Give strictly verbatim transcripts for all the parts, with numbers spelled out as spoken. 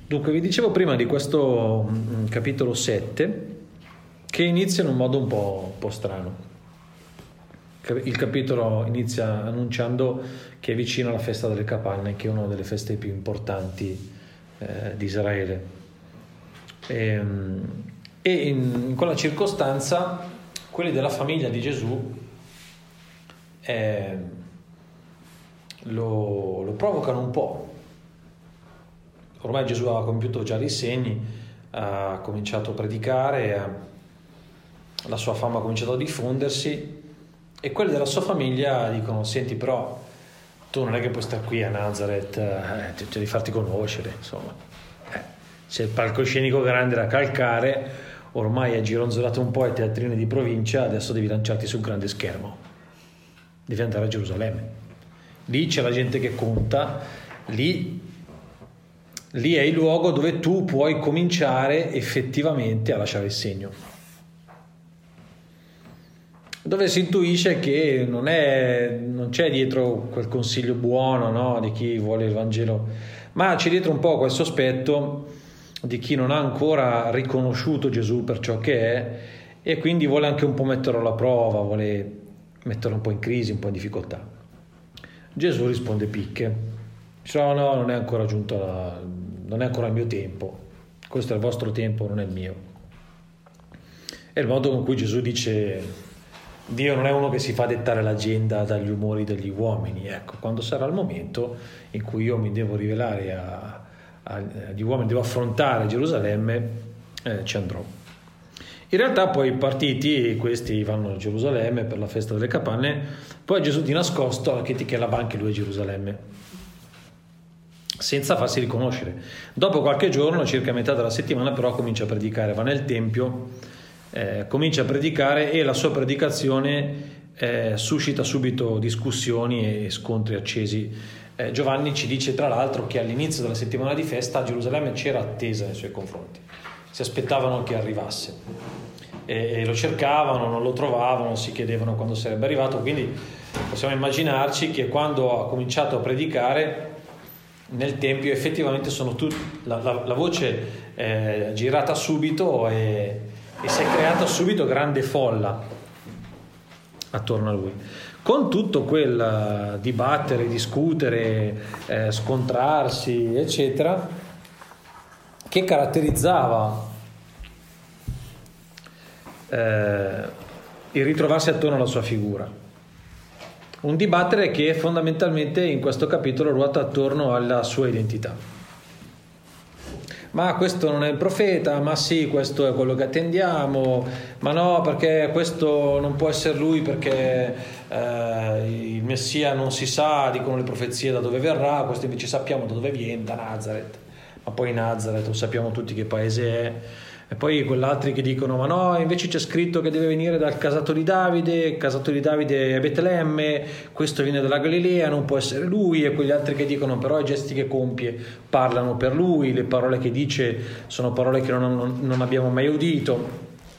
Dunque, vi dicevo prima di questo mm, capitolo sette che inizia in un modo un po', un po' strano. Il capitolo inizia annunciando che è vicino alla festa delle capanne, che è una delle feste più importanti eh, di Israele. E, e in, in quella circostanza quelli della famiglia di Gesù eh, lo, lo provocano un po'. Ormai Gesù aveva compiuto già dei segni, ha cominciato a predicare, la sua fama ha cominciato a diffondersi e quelli della sua famiglia dicono: senti, però tu non è che puoi stare qui a Nazareth, eh, cioè devi farti conoscere, insomma. Eh, c'è il palcoscenico grande da calcare, ormai hai gironzolato un po' ai teatrini di provincia, adesso devi lanciarti sul grande schermo, devi andare a Gerusalemme. Lì c'è la gente che conta, lì Lì è il luogo dove tu puoi cominciare effettivamente a lasciare il segno. Dove si intuisce che non, è, non c'è dietro quel consiglio buono, no, di chi vuole il Vangelo, ma c'è dietro un po' quel sospetto di chi non ha ancora riconosciuto Gesù per ciò che è e quindi vuole anche un po' metterlo alla prova, vuole metterlo un po' in crisi, un po' in difficoltà. Gesù risponde picche. No, no, non è ancora giunto la, non è ancora il mio tempo, questo è il vostro tempo, non è il mio. È il modo con cui Gesù dice: Dio non è uno che si fa dettare l'agenda dagli umori degli uomini, ecco, quando sarà il momento in cui io mi devo rivelare a, a, agli uomini, devo affrontare Gerusalemme, eh, ci andrò. In realtà poi partiti questi vanno a Gerusalemme per la festa delle capanne, poi Gesù di nascosto chiticchiava anche lui a Gerusalemme, senza farsi riconoscere. Dopo qualche giorno, circa metà della settimana, però comincia a predicare, va nel tempio, eh, comincia a predicare e la sua predicazione eh, suscita subito discussioni e scontri accesi. Eh, Giovanni ci dice tra l'altro che all'inizio della settimana di festa a Gerusalemme c'era attesa nei suoi confronti, si aspettavano che arrivasse e, e lo cercavano, non lo trovavano, si chiedevano quando sarebbe arrivato, quindi possiamo immaginarci che quando ha cominciato a predicare nel tempio effettivamente sono tutti, la, la, la voce è girata subito e, e si è creata subito grande folla attorno a lui, con tutto quel dibattere, discutere, eh, scontrarsi eccetera che caratterizzava eh, il ritrovarsi attorno alla sua figura. Un dibattere che fondamentalmente in questo capitolo ruota attorno alla sua identità. Ma questo non è il profeta, ma sì, questo è quello che attendiamo, ma no, perché questo non può essere lui, perché eh, il Messia non si sa, dicono le profezie, da dove verrà, questo invece sappiamo da dove viene, da Nazareth. Ma poi Nazareth, lo sappiamo tutti che paese è. E poi quell'altri che dicono: ma no, invece c'è scritto che deve venire dal casato di Davide, il casato di Davide è Betlemme, questo viene dalla Galilea, non può essere lui. E quegli altri che dicono: però i gesti che compie parlano per lui, le parole che dice sono parole che non, non, non abbiamo mai udito.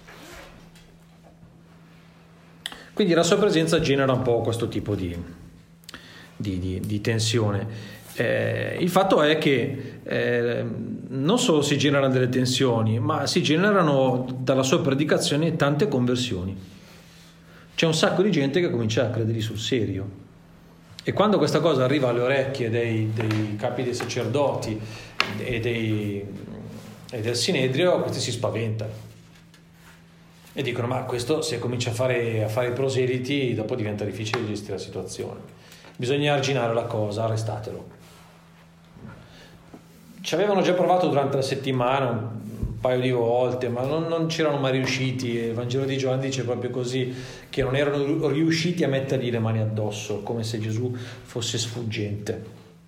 Quindi la sua presenza genera un po' questo tipo di, di, di, di tensione. Eh, il fatto è che eh, non solo si generano delle tensioni, ma si generano dalla sua predicazione tante conversioni. C'è un sacco di gente che comincia a credergli sul serio, e quando questa cosa arriva alle orecchie dei, dei capi dei sacerdoti e, dei, e del Sinedrio, questi si spaventano e dicono: ma questo, se comincia a fare, a fare i proseliti, dopo diventa difficile gestire la situazione, bisogna arginare la cosa, arrestatelo. Ci avevano già provato durante la settimana un paio di volte, ma non, non c'erano mai riusciti. Il Vangelo di Giovanni dice proprio così, che non erano riusciti a mettergli le mani addosso, come se Gesù fosse sfuggente.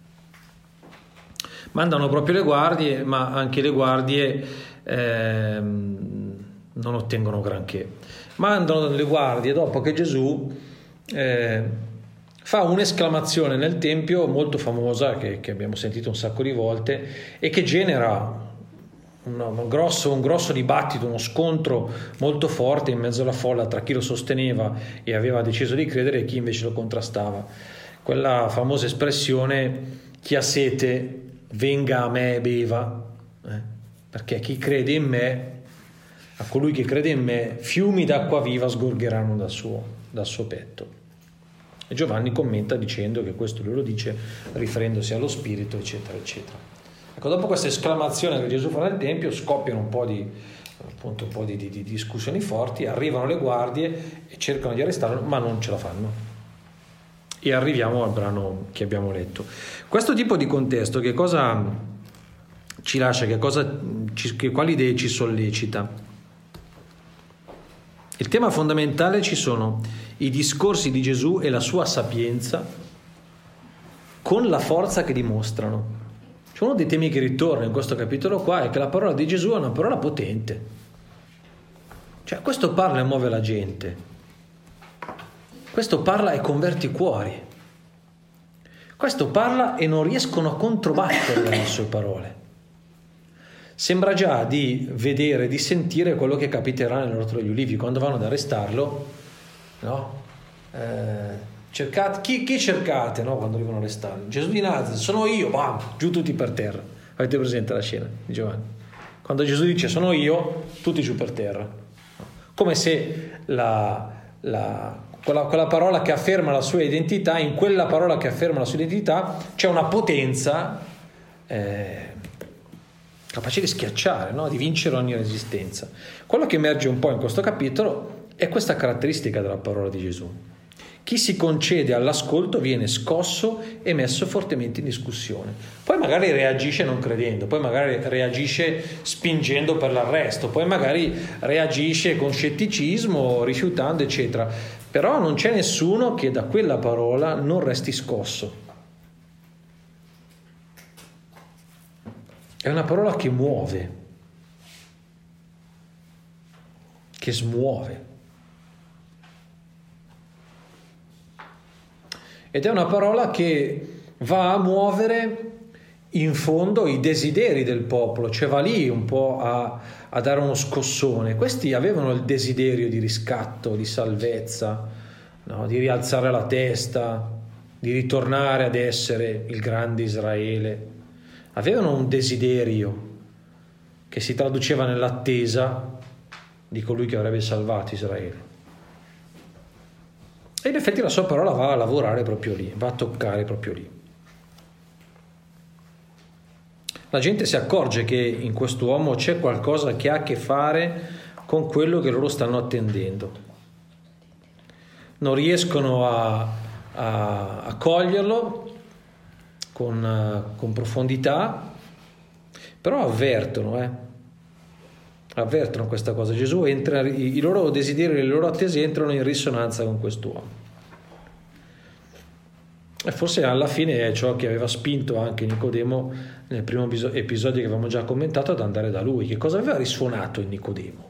Mandano proprio le guardie, ma anche le guardie eh, non ottengono granché. Mandano le guardie dopo che Gesù eh, fa un'esclamazione nel Tempio molto famosa, che, che abbiamo sentito un sacco di volte, e che genera un, un, grosso, un grosso dibattito, uno scontro molto forte in mezzo alla folla tra chi lo sosteneva e aveva deciso di credere e chi invece lo contrastava. Quella famosa espressione: chi ha sete venga a me e beva. eh? Perché chi crede in me, a colui che crede in me, fiumi d'acqua viva sgorgeranno dal suo, dal suo petto. E Giovanni commenta dicendo che questo lui lo dice riferendosi allo Spirito, eccetera, eccetera. Ecco, dopo questa esclamazione che Gesù fa nel Tempio, scoppiano un po' di, appunto, un po' di, di, di discussioni forti, arrivano le guardie e cercano di arrestarlo, ma non ce la fanno. E arriviamo al brano che abbiamo letto. Questo tipo di contesto che cosa ci lascia, che cosa, ci, che, quali idee ci sollecita? Il tema fondamentale ci sono i discorsi di Gesù e la sua sapienza con la forza che dimostrano. Cioè, uno dei temi che ritorna in questo capitolo qua è che la parola di Gesù è una parola potente. Cioè, questo parla e muove la gente. Questo parla e converte i cuori. Questo parla e non riescono a controbattere le sue parole. Sembra già di vedere, di sentire quello che capiterà nell'orto degli ulivi quando vanno ad arrestarlo, no? Eh, cercate, chi, chi cercate, no? Quando arrivano ad arrestarlo? Gesù di Nazaret, sono io, bam, giù tutti per terra. Avete presente la scena di Giovanni? Quando Gesù dice sono io, tutti giù per terra. Come se la, la, quella, quella parola che afferma la sua identità, in quella parola che afferma la sua identità c'è una potenza eh, capace di schiacciare, no? Di vincere ogni resistenza. Quello che emerge un po' in questo capitolo è questa caratteristica della parola di Gesù. Chi si concede all'ascolto viene scosso e messo fortemente in discussione. Poi magari reagisce non credendo, poi magari reagisce spingendo per l'arresto, poi magari reagisce con scetticismo, rifiutando, eccetera. Però non c'è nessuno che da quella parola non resti scosso. È una parola che muove, che smuove. Ed è una parola che va a muovere in fondo i desideri del popolo, cioè va lì un po' a, a dare uno scossone. Questi avevano il desiderio di riscatto, di salvezza, no? Di rialzare la testa, di ritornare ad essere il grande Israele. Avevano un desiderio che si traduceva nell'attesa di colui che avrebbe salvato Israele. E in effetti la sua parola va a lavorare proprio lì, va a toccare proprio lì. La gente si accorge che in quest'uomo c'è qualcosa che ha a che fare con quello che loro stanno attendendo. Non riescono a, a, a coglierlo con, con profondità, però avvertono, eh. avvertono questa cosa. Gesù entra, i, i loro desideri, le loro attese entrano in risonanza con quest'uomo. E forse alla fine è ciò che aveva spinto anche Nicodemo nel primo episodio che avevamo già commentato ad andare da lui. Che cosa aveva risuonato in Nicodemo?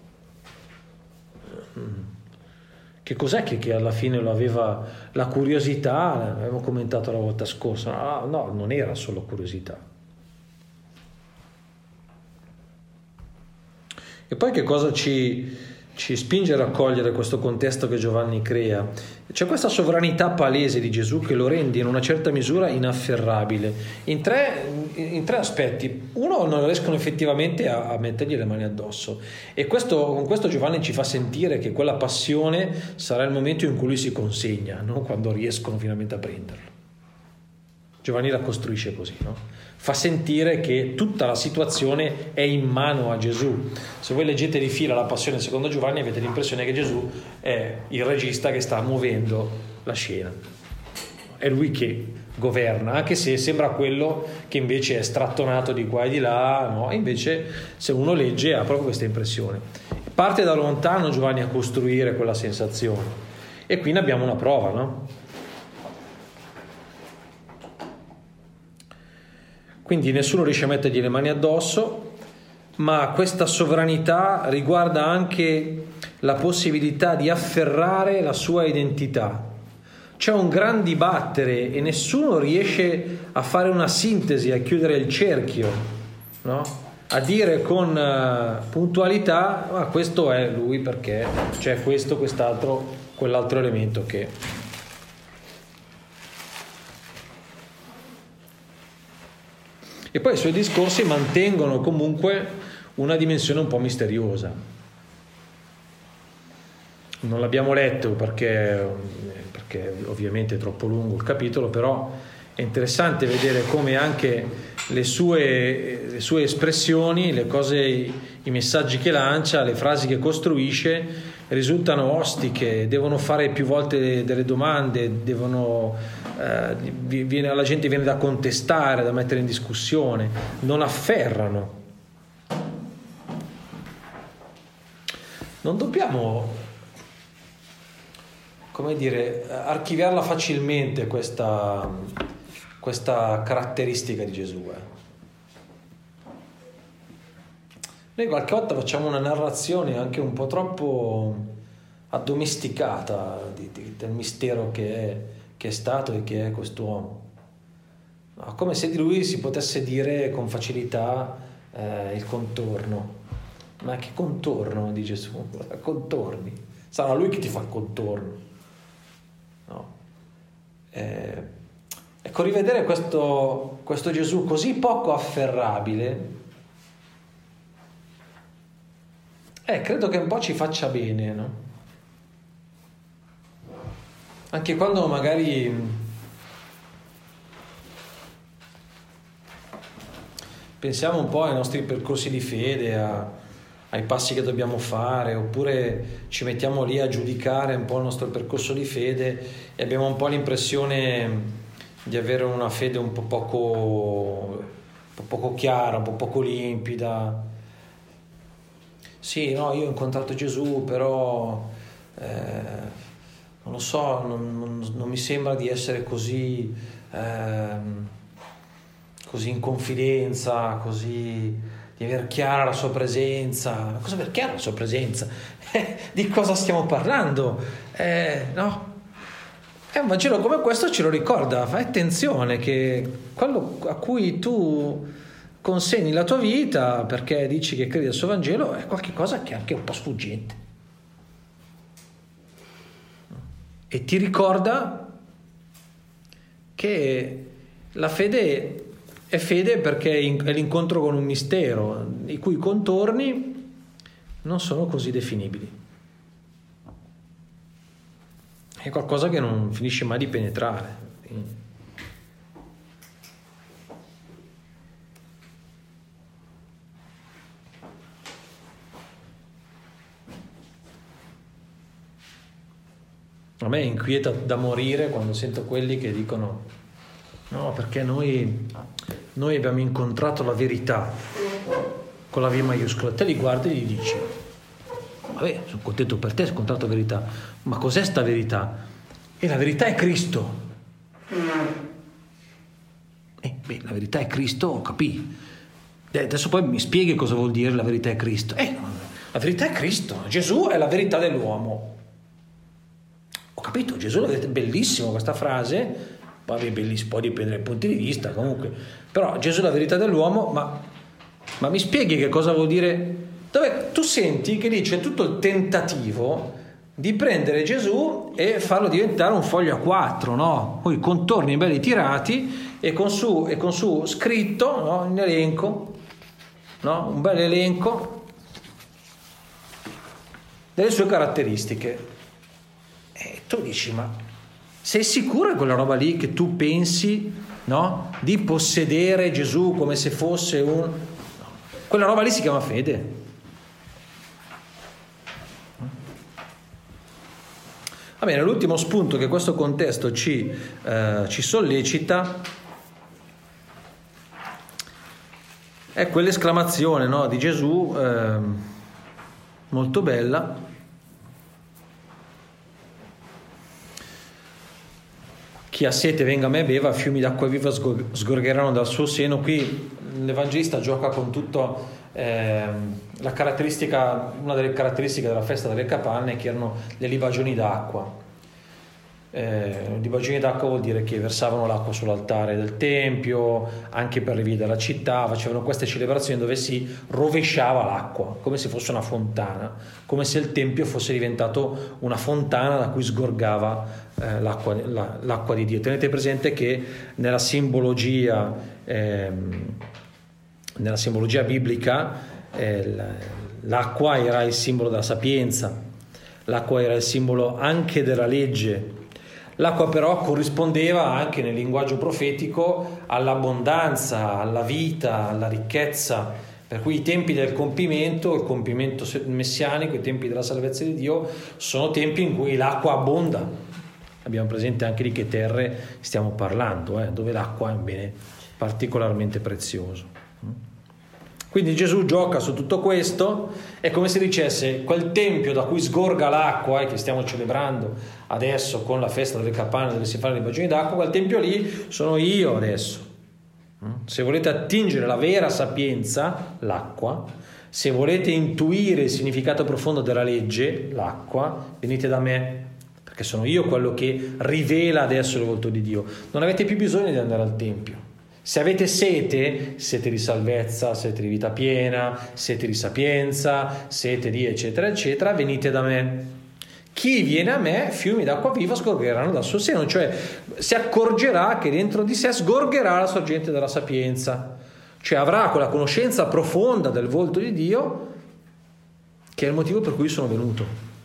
Che cos'è che, che alla fine lo aveva la curiosità? Avevamo commentato la volta scorsa. No, no, non era solo curiosità. E poi che cosa ci, ci spinge a raccogliere questo contesto che Giovanni crea? C'è questa sovranità palese di Gesù che lo rende in una certa misura inafferrabile in tre, in tre aspetti. Uno, non riescono effettivamente a, a mettergli le mani addosso, e questo, con questo Giovanni ci fa sentire che quella passione sarà il momento in cui lui si consegna, non quando riescono finalmente a prenderlo. Giovanni la costruisce così, no? Fa sentire che tutta la situazione è in mano a Gesù. Se voi leggete di fila la Passione secondo Giovanni avete l'impressione che Gesù è il regista che sta muovendo la scena. È lui che governa, anche se sembra quello che invece è strattonato di qua e di là, no? Invece se uno legge ha proprio questa impressione. Parte da lontano Giovanni a costruire quella sensazione, e qui ne abbiamo una prova, no? Quindi nessuno riesce a mettergli le mani addosso, ma questa sovranità riguarda anche la possibilità di afferrare la sua identità. C'è un gran dibattere e nessuno riesce a fare una sintesi, a chiudere il cerchio, no? A dire con uh, puntualità, ma questo è lui perché c'è questo, quest'altro, quell'altro elemento che... E poi i suoi discorsi mantengono comunque una dimensione un po' misteriosa. Non l'abbiamo letto perché, perché ovviamente è troppo lungo il capitolo, però è interessante vedere come anche le sue, le sue espressioni, le cose, i messaggi che lancia, le frasi che costruisce risultano ostiche, devono fare più volte delle domande, devono, eh, viene, la gente viene da contestare, da mettere in discussione, non afferrano. Non dobbiamo, come dire, archiviarla facilmente questa, questa caratteristica di Gesù. Eh. Noi qualche volta facciamo una narrazione anche un po' troppo addomesticata di, di, del mistero che è, che è stato e che è quest'uomo. No, come se di lui si potesse dire con facilità eh, il contorno. Ma che contorno di Gesù? Contorni. Sarà lui che ti fa il contorno. No. Eh, ecco, rivedere questo, questo Gesù così poco afferrabile, eh, credo che un po' ci faccia bene, no? Anche quando magari pensiamo un po' ai nostri percorsi di fede, a, ai passi che dobbiamo fare, oppure ci mettiamo lì a giudicare un po' il nostro percorso di fede e abbiamo un po' l'impressione di avere una fede un po' poco, un po' poco chiara, un po' poco limpida. Sì, no, io ho incontrato Gesù, però eh, non lo so, non, non, non mi sembra di essere così, eh, così in confidenza, così di aver chiara la sua presenza. Ma cosa aver chiara la sua presenza? Eh, di cosa stiamo parlando? Eh, no? E un Vangelo come questo ce lo ricorda. Fai attenzione che quello a cui tu consegni la tua vita perché dici che credi al suo Vangelo è qualcosa che è anche un po' sfuggente, e ti ricorda che la fede è fede perché è l'incontro con un mistero i cui contorni non sono così definibili, è qualcosa che non finisce mai di penetrare. A me inquieta da morire quando sento quelli che dicono no, perché noi, noi abbiamo incontrato la verità con la V maiuscola. Te li guardi e gli dici vabbè, sono contento per te, hai incontrato la verità, ma cos'è sta verità? E la verità è Cristo. Eh, beh, la verità è Cristo, capì? Adesso poi mi spieghi cosa vuol dire la verità è Cristo. Eh, la verità è Cristo, Gesù è la verità dell'uomo. Ho capito, Gesù è bellissimo questa frase, poi è bellissimo, può dipendere dai punti di vista comunque, però Gesù è la verità dell'uomo, ma, ma mi spieghi che cosa vuol dire? Dove tu senti che lì c'è tutto il tentativo di prendere Gesù e farlo diventare un foglio a quattro, no? Poi contorni belli tirati e con su, e con su scritto, no? Un elenco, no? Un bel elenco delle sue caratteristiche. E tu dici, ma sei sicuro che quella roba lì che tu pensi, no? Di possedere Gesù come se fosse un... No. Quella roba lì si chiama fede. Va bene, l'ultimo spunto che questo contesto ci, eh, ci sollecita è quell'esclamazione, no, di Gesù, eh, molto bella. Chi ha sete venga a me e beva, fiumi d'acqua viva sgorgeranno dal suo seno. Qui l'Evangelista gioca con tutto eh, la caratteristica, una delle caratteristiche della festa delle capanne, che erano le libagioni d'acqua. Eh, libagioni d'acqua vuol dire che versavano l'acqua sull'altare del tempio, anche per le vie della città, facevano queste celebrazioni dove si rovesciava l'acqua, come se fosse una fontana, come se il tempio fosse diventato una fontana da cui sgorgava eh, l'acqua, la, l'acqua di Dio. Tenete presente che nella simbologia, ehm, nella simbologia biblica eh, l'acqua era il simbolo della sapienza, l'acqua era il simbolo anche della legge. L'acqua però corrispondeva anche nel linguaggio profetico all'abbondanza, alla vita, alla ricchezza, per cui i tempi del compimento, il compimento messianico, i tempi della salvezza di Dio sono tempi in cui l'acqua abbonda. Abbiamo presente anche di che terre stiamo parlando, eh, dove l'acqua è un bene particolarmente prezioso. Quindi Gesù gioca su tutto questo, è come se dicesse: quel tempio da cui sgorga l'acqua, e che stiamo celebrando adesso con la festa delle capanne dove si fanno i bacini d'acqua, quel tempio lì sono io adesso. Se volete attingere la vera sapienza, l'acqua, se volete intuire il significato profondo della legge, l'acqua, venite da me, perché sono io quello che rivela adesso il volto di Dio. Non avete più bisogno di andare al tempio. Se avete sete, sete di salvezza, sete di vita piena, sete di sapienza, sete di eccetera eccetera, venite da me. Chi viene a me, fiumi d'acqua viva sgorgeranno dal suo seno, cioè si accorgerà che dentro di sé sgorgerà la sorgente della sapienza, cioè avrà quella conoscenza profonda del volto di Dio che è il motivo per cui sono venuto.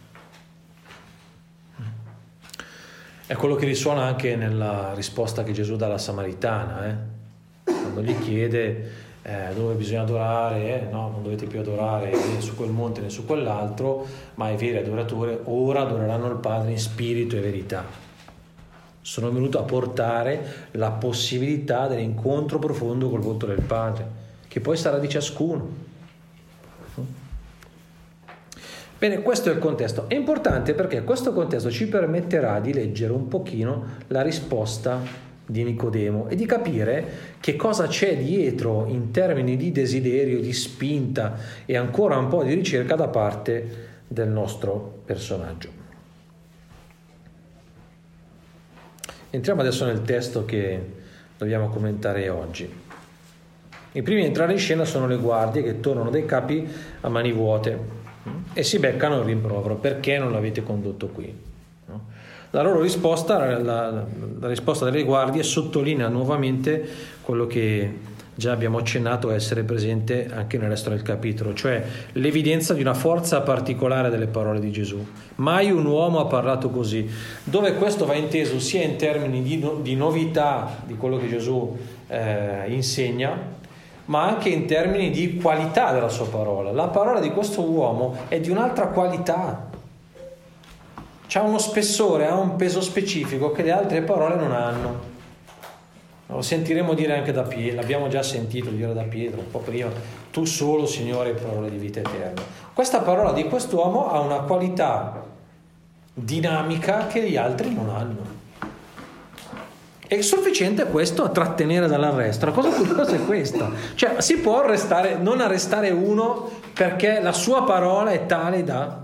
È quello che risuona anche nella risposta che Gesù dà alla Samaritana, eh? Quando gli chiede eh, dove bisogna adorare, eh? No, non dovete più adorare né su quel monte né su quell'altro, ma i veri adoratori ora adoreranno il Padre in spirito e verità. Sono venuto a portare la possibilità dell'incontro profondo col volto del Padre, che poi sarà di ciascuno. Bene, questo è il contesto. È importante perché questo contesto ci permetterà di leggere un pochino la risposta di Nicodemo e di capire che cosa c'è dietro in termini di desiderio, di spinta e ancora un po' di ricerca da parte del nostro personaggio. Entriamo adesso nel testo che dobbiamo commentare oggi. I primi a entrare in scena sono le guardie che tornano dai capi a mani vuote e si beccano il rimprovero: perché non l'avete condotto qui? La loro risposta, la, la, la risposta delle guardie sottolinea nuovamente quello che già abbiamo accennato a essere presente anche nel resto del capitolo, cioè l'evidenza di una forza particolare delle parole di Gesù. Mai un uomo ha parlato così, dove questo va inteso sia in termini di, no, di novità di quello che Gesù eh, insegna, ma anche in termini di qualità della sua parola. La parola di questo uomo è di un'altra qualità, c'ha uno spessore, ha un peso specifico che le altre parole non hanno. Lo sentiremo dire anche da Pietro, l'abbiamo già sentito dire da Pietro un po' prima: tu solo, Signore, hai parole di vita eterna. Questa parola di quest'uomo ha una qualità dinamica che gli altri non hanno. È sufficiente questo a trattenere dall'arresto. La cosa curiosa è questa: cioè si può arrestare, non arrestare uno perché la sua parola è tale da...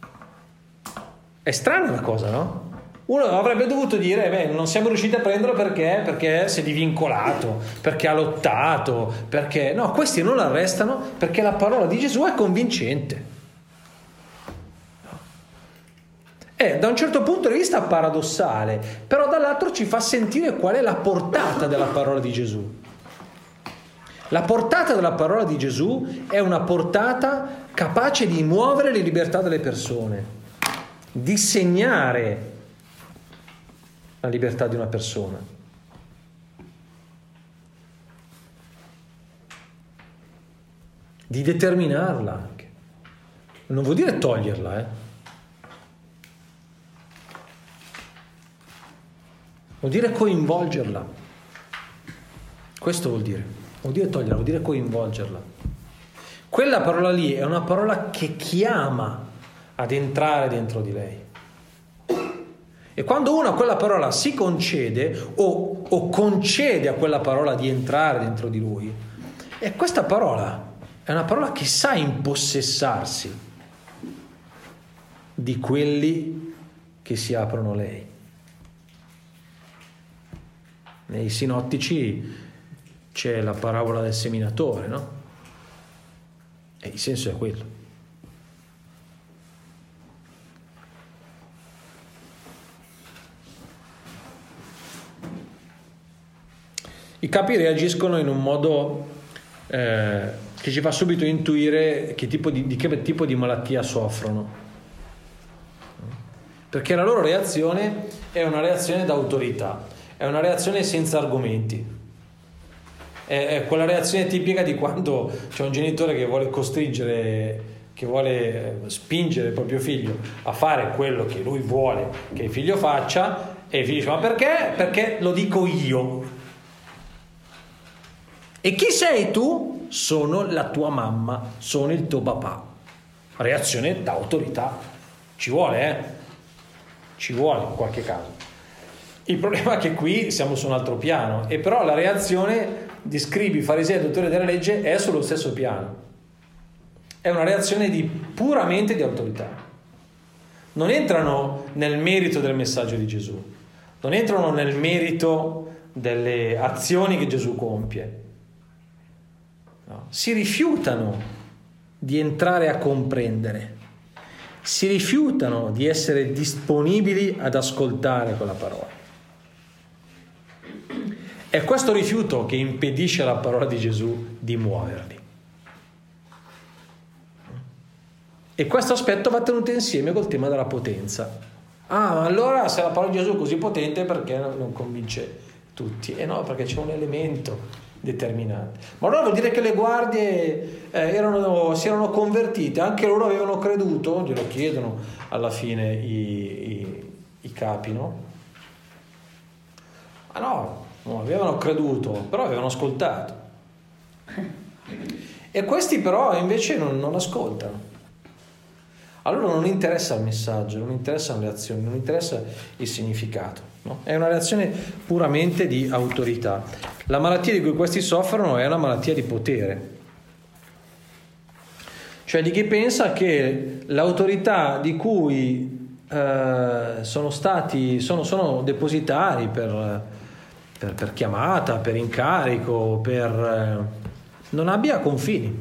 È strana la cosa, no? Uno avrebbe dovuto dire: beh, non siamo riusciti a prenderlo perché? Perché si è divincolato, perché ha lottato, perché... No, questi non l'arrestano perché la parola di Gesù è convincente. È da un certo punto di vista paradossale, però dall'altro ci fa sentire qual è la portata della parola di Gesù. La portata della parola di Gesù è una portata capace di muovere le libertà delle persone, di segnare la libertà di una persona. Di determinarla anche. Non vuol dire toglierla, eh. Vuol dire coinvolgerla. Questo vuol dire. Vuol dire toglierla, vuol dire coinvolgerla. Quella parola lì è una parola che chiama ad entrare dentro di lei. E quando uno a quella parola si concede o, o concede a quella parola di entrare dentro di lui, e questa parola è una parola che sa impossessarsi di quelli che si aprono a lei. Nei sinottici c'è la parabola del seminatore, no? E il senso è quello. I capi reagiscono in un modo eh, che ci fa subito intuire che tipo di, di che tipo di malattia soffrono, perché la loro reazione è una reazione d'autorità, è una reazione senza argomenti, è, è quella reazione tipica di quando c'è un genitore che vuole costringere, che vuole spingere il proprio figlio a fare quello che lui vuole che il figlio faccia, e il figlio dice: ma perché? Perché lo dico io. E chi sei tu? Sono la tua mamma, sono il tuo papà. Reazione d'autorità. Ci vuole, eh? Ci vuole in qualche caso. Il problema è che qui siamo su un altro piano, e però la reazione di scribi, farisei e dottori della legge è sullo stesso piano. È una reazione di puramente di autorità. Non entrano nel merito del messaggio di Gesù, non entrano nel merito delle azioni che Gesù compie. No. Si rifiutano di entrare a comprendere, si rifiutano di essere disponibili ad ascoltare quella parola. È questo rifiuto che impedisce alla parola di Gesù di muoverli. E questo aspetto va tenuto insieme col tema della potenza. Ah, ma allora se la parola di Gesù è così potente, perché non convince tutti? E eh no, perché c'è un elemento determinante. Ma allora vuol dire che le guardie eh, erano, si erano convertite, anche loro avevano creduto? Glielo chiedono alla fine i, i, i capi, no? Ma no, non avevano creduto, però avevano ascoltato. E questi però invece non, non ascoltano. A loro non interessa il messaggio, non interessano le azioni, non interessa il significato, no? È una reazione puramente di autorità. La malattia di cui questi soffrono è una malattia di potere, cioè di chi pensa che l'autorità di cui eh, sono stati sono, sono depositari per, per, per chiamata, per incarico, per eh, non abbia confini.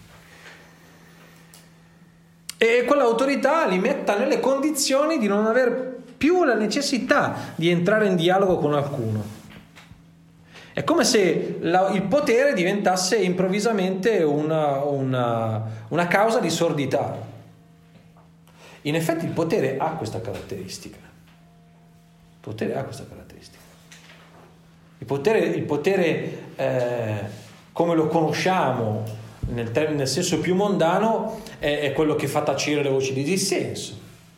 E quell'autorità li metta nelle condizioni di non aver più la necessità di entrare in dialogo con alcuno. È come se la, il potere diventasse improvvisamente una, una, una causa di sordità. In effetti il potere ha questa caratteristica. Il potere ha questa caratteristica. Il potere, il potere eh, come lo conosciamo Nel, nel senso più mondano, è, è quello che fa tacere le voci di dissenso,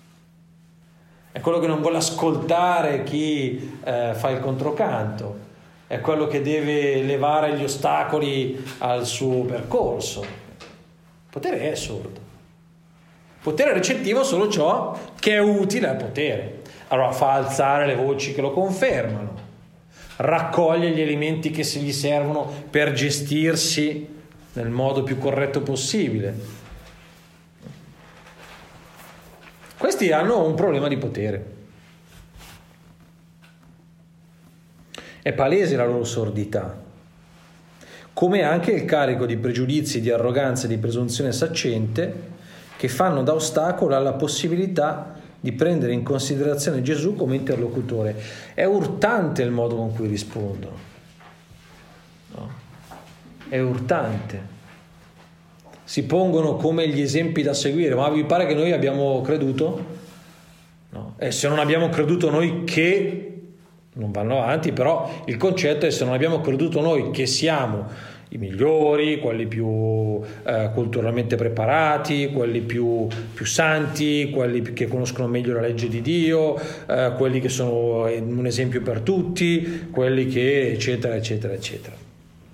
è quello che non vuole ascoltare chi eh, fa il controcanto, è quello che deve levare gli ostacoli al suo percorso. Il potere è sordo. Il potere è recettivo solo ciò che è utile al potere. Allora fa alzare le voci che lo confermano, raccoglie gli elementi che se gli servono per gestirsi nel modo più corretto possibile. Questi hanno un problema di potere. È palese la loro sordità, come anche il carico di pregiudizi, di arroganza e di presunzione saccente che fanno da ostacolo alla possibilità di prendere in considerazione Gesù come interlocutore. È urtante il modo con cui rispondono. No? È urtante. Si pongono come gli esempi da seguire. Ma vi pare che noi abbiamo creduto? No. E se non abbiamo creduto noi che... non vanno avanti, però il concetto è: se non abbiamo creduto noi che siamo i migliori, quelli più eh, culturalmente preparati, quelli più, più santi, quelli che conoscono meglio la legge di Dio, eh, quelli che sono un esempio per tutti, quelli che eccetera eccetera eccetera.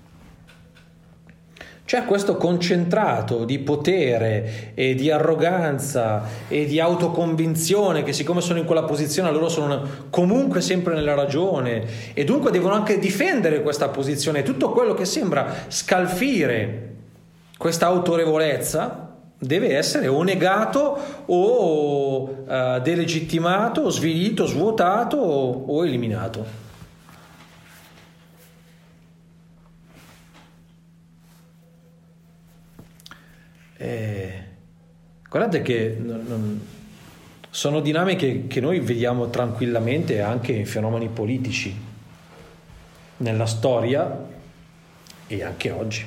C'è questo concentrato di potere e di arroganza e di autoconvinzione che, siccome sono in quella posizione, loro sono comunque sempre nella ragione e dunque devono anche difendere questa posizione. Tutto quello che sembra scalfire questa autorevolezza deve essere o negato o uh, delegittimato, o svilito, svuotato o, o eliminato. Eh, guardate che non, non, sono dinamiche che noi vediamo tranquillamente anche in fenomeni politici. nella storia e anche oggi.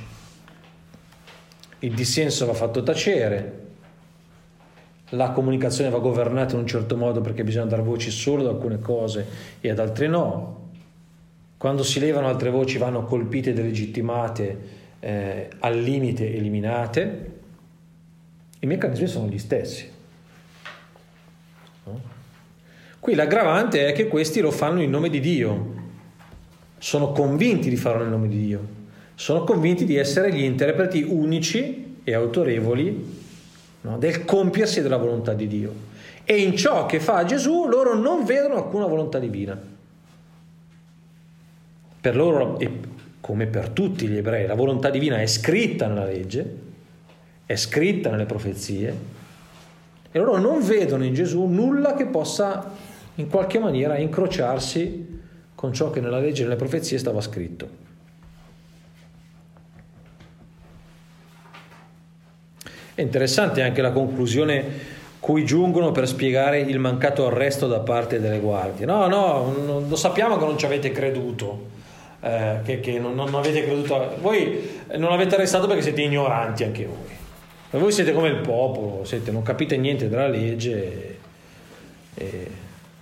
Il dissenso va fatto tacere, la comunicazione va governata in un certo modo perché bisogna dar voci solo ad alcune cose e ad altre no. Quando si levano altre voci vanno colpite e delegittimate, eh, al limite eliminate. I meccanismi sono gli stessi. No? Qui l'aggravante è che questi lo fanno in nome di Dio, sono convinti di farlo nel nome di Dio, sono convinti di essere gli interpreti unici e autorevoli, no, del compiersi della volontà di Dio, e in ciò che fa Gesù loro non vedono alcuna volontà divina. Per loro, e come per tutti gli ebrei, la volontà divina è scritta nella legge, è scritta nelle profezie, e loro non vedono in Gesù nulla che possa in qualche maniera incrociarsi con ciò che nella legge e nelle profezie stava scritto. È interessante anche la conclusione cui giungono per spiegare il mancato arresto da parte delle guardie. No, no, non, lo sappiamo che non ci avete creduto, eh, che, che non, non avete creduto. Voi non avete arrestato perché siete ignoranti anche voi. E voi siete come il popolo, siete, non capite niente della legge. E, e,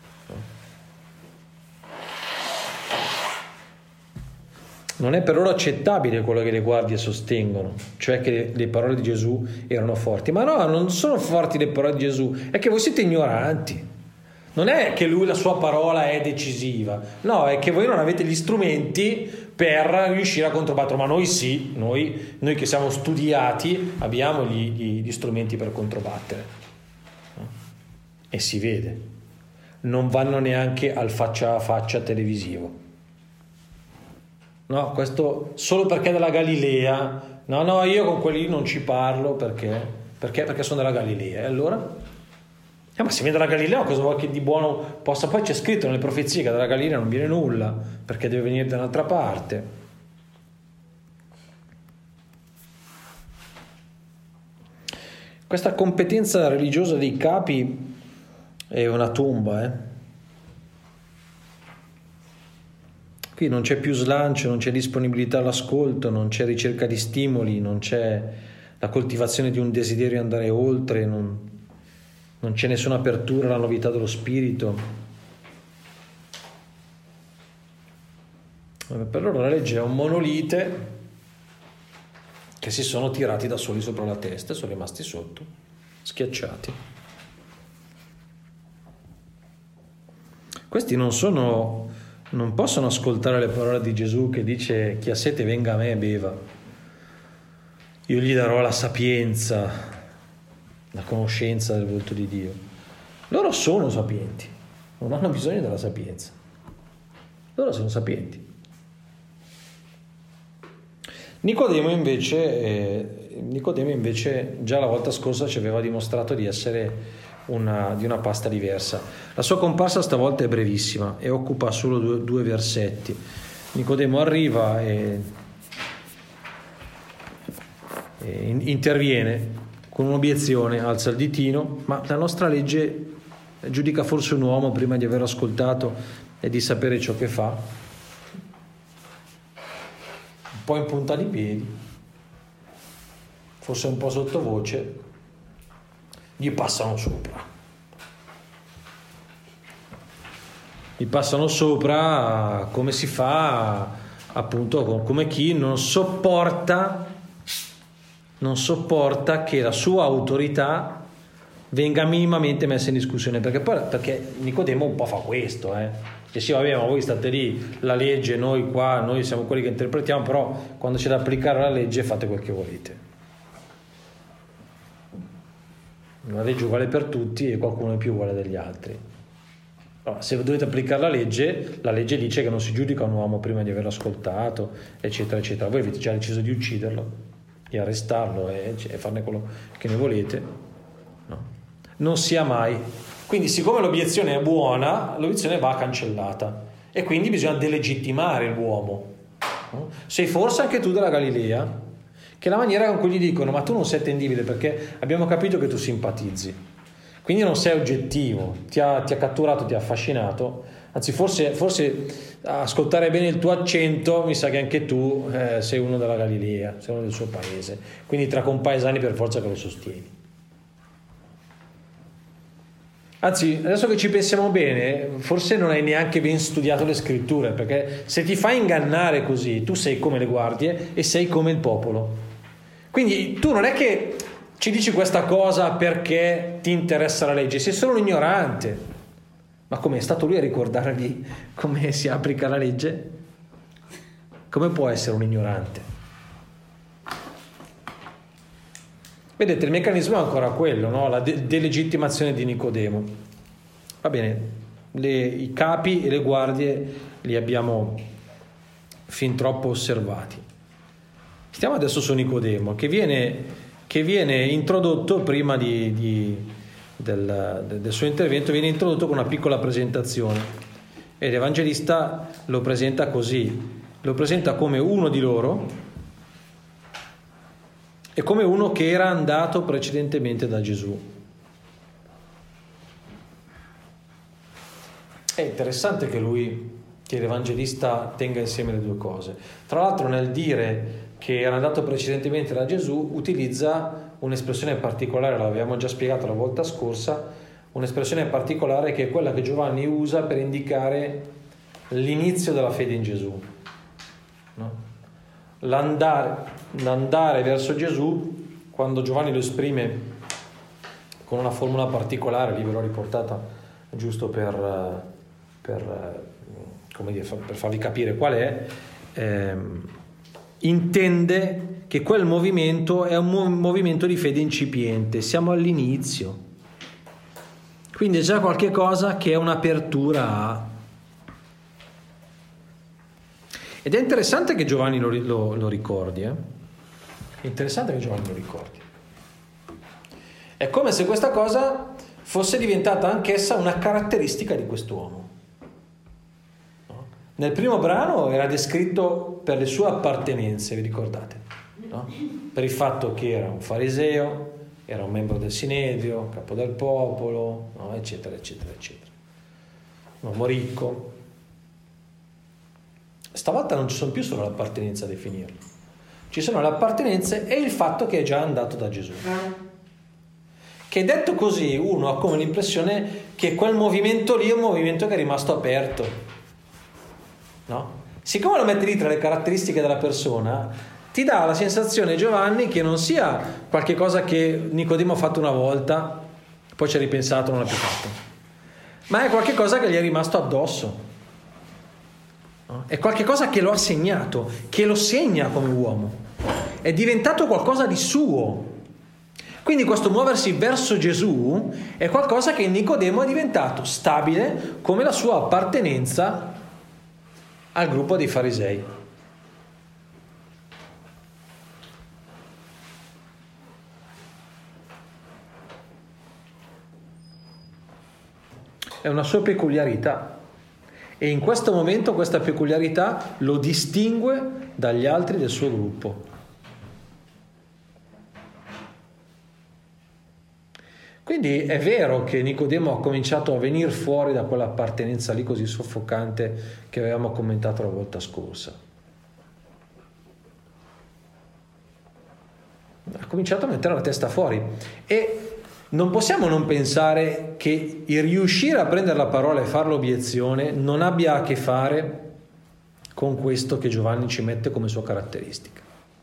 Non è per loro accettabile quello che le guardie sostengono, cioè che le, le parole di Gesù erano forti. Ma no, non sono forti le parole di Gesù, è che voi siete ignoranti. Non è che lui, la sua parola è decisiva, no, è che voi non avete gli strumenti per riuscire a controbattere. Ma noi sì, noi, noi che siamo studiati abbiamo gli, gli, gli strumenti per controbattere. E si vede. Non vanno neanche al faccia a faccia televisivo. No, questo solo perché è della Galilea. No, no, io con quelli non ci parlo perché? Perché? Perché sono della Galilea. E allora? Eh, ma se viene dalla Galilea, cosa vuoi che di buono possa? Poi c'è scritto nelle profezie che dalla Galilea non viene nulla, perché deve venire da un'altra parte. Questa competenza religiosa dei capi è una tomba, eh. Qui non c'è più slancio, non c'è disponibilità all'ascolto, non c'è ricerca di stimoli, non c'è la coltivazione di un desiderio di andare oltre, non, non c'è nessuna apertura alla novità dello spirito. Per loro la legge è un monolite che si sono tirati da soli sopra la testa e sono rimasti sotto, schiacciati. Questi non sono... non possono ascoltare le parole di Gesù che dice: chi ha sete venga a me e beva, io gli darò la sapienza, la conoscenza del volto di Dio. Loro sono sapienti, non hanno bisogno della sapienza, loro sono sapienti. Nicodemo invece eh, Nicodemo invece già la volta scorsa ci aveva dimostrato di essere Una, di una pasta diversa. La sua comparsa stavolta è brevissima e occupa solo due, due versetti. Nicodemo arriva e, e interviene con un'obiezione, alza il ditino: ma la nostra legge giudica forse un uomo prima di aver ascoltato e di sapere ciò che fa? Un po' in punta di piedi, forse un po' sottovoce, gli passano sopra. Gli passano sopra come si fa, appunto, come chi non sopporta, non sopporta che la sua autorità venga minimamente messa in discussione. Perché poi, perché Nicodemo un po' fa questo, eh. Che sì, vabbè, ma voi state lì, la legge, noi qua, noi siamo quelli che interpretiamo, però quando c'è da applicare la legge fate quel che volete. Una legge uguale per tutti e qualcuno è più uguale degli altri. Allora, se dovete applicare la legge, la legge dice che non si giudica un uomo prima di averlo ascoltato, eccetera, eccetera. Voi avete già deciso di ucciderlo, di arrestarlo e, e farne quello che ne volete. No. Non sia mai. Quindi, siccome l'obiezione è buona, l'obiezione va cancellata e quindi bisogna delegittimare l'uomo. No? Sei forse anche tu della Galilea? Che è la maniera con cui gli dicono: ma tu non sei attendibile perché abbiamo capito che tu simpatizzi, quindi non sei oggettivo, ti ha, ti ha catturato, ti ha affascinato, Anzi, forse, forse ascoltare bene il tuo accento mi sa che anche tu eh, sei uno della Galilea, sei uno del suo paese, quindi tra compaesani per forza che lo sostieni. Anzi, adesso che ci pensiamo bene, forse non hai neanche ben studiato le scritture, perché se ti fai ingannare così, tu sei come le guardie e sei come il popolo. Quindi tu non è che ci dici questa cosa perché ti interessa la legge, sei solo un ignorante. Ma come è stato lui a ricordargli come si applica la legge? Come può essere un ignorante? Vedete, il meccanismo è ancora quello, no? La de- delegittimazione di Nicodemo. Va bene, le, i capi e le guardie li abbiamo fin troppo osservati. Stiamo adesso su Nicodemo, che viene, che viene introdotto prima di... di Del, del suo intervento, viene introdotto con una piccola presentazione e l'Evangelista lo presenta così, lo presenta come uno di loro e come uno che era andato precedentemente da Gesù. È interessante che lui, che l'Evangelista tenga insieme le due cose. Tra l'altro, nel dire che era andato precedentemente da Gesù, utilizza un'espressione particolare, l'avevamo già spiegato la volta scorsa, un'espressione particolare che è quella che Giovanni usa per indicare l'inizio della fede in Gesù, no? L'andare, l'andare verso Gesù, quando Giovanni lo esprime con una formula particolare, lì ve l'ho riportata giusto per, per, come dire, per farvi capire qual è, ehm, intende che quel movimento è un movimento di fede incipiente, siamo all'inizio, quindi è già qualche cosa che è un'apertura a... Ed è interessante che Giovanni lo, lo, lo ricordi, eh? È interessante che Giovanni lo ricordi. È come se questa cosa fosse diventata anch'essa una caratteristica di quest'uomo. No? Nel primo brano era descritto per le sue appartenenze, vi ricordate? No? Per il fatto che era un fariseo, era un membro del Sinedrio, capo del popolo, no? eccetera eccetera eccetera, un uomo ricco. Stavolta non ci sono più solo le appartenenze a definirlo, ci sono le appartenenze e il fatto che è già andato da Gesù, che detto così uno ha come l'impressione che quel movimento lì è un movimento che è rimasto aperto, no? Siccome lo metti lì tra le caratteristiche della persona, ti dà la sensazione, Giovanni, che non sia qualche cosa che Nicodemo ha fatto una volta, poi ci ha ripensato, non l'ha più fatto, ma è qualche cosa che gli è rimasto addosso, no? È qualche cosa che lo ha segnato, che lo segna come uomo, è diventato qualcosa di suo. Quindi questo muoversi verso Gesù è qualcosa che in Nicodemo è diventato stabile come la sua appartenenza al gruppo dei farisei. È una sua peculiarità e in questo momento questa peculiarità lo distingue dagli altri del suo gruppo. Quindi è vero che Nicodemo ha cominciato a venire fuori da quell'appartenenza lì così soffocante che avevamo commentato la volta scorsa. Ha cominciato a mettere la testa fuori e non possiamo non pensare che il riuscire a prendere la parola e fare l'obiezione non abbia a che fare con questo che Giovanni ci mette come sua caratteristica.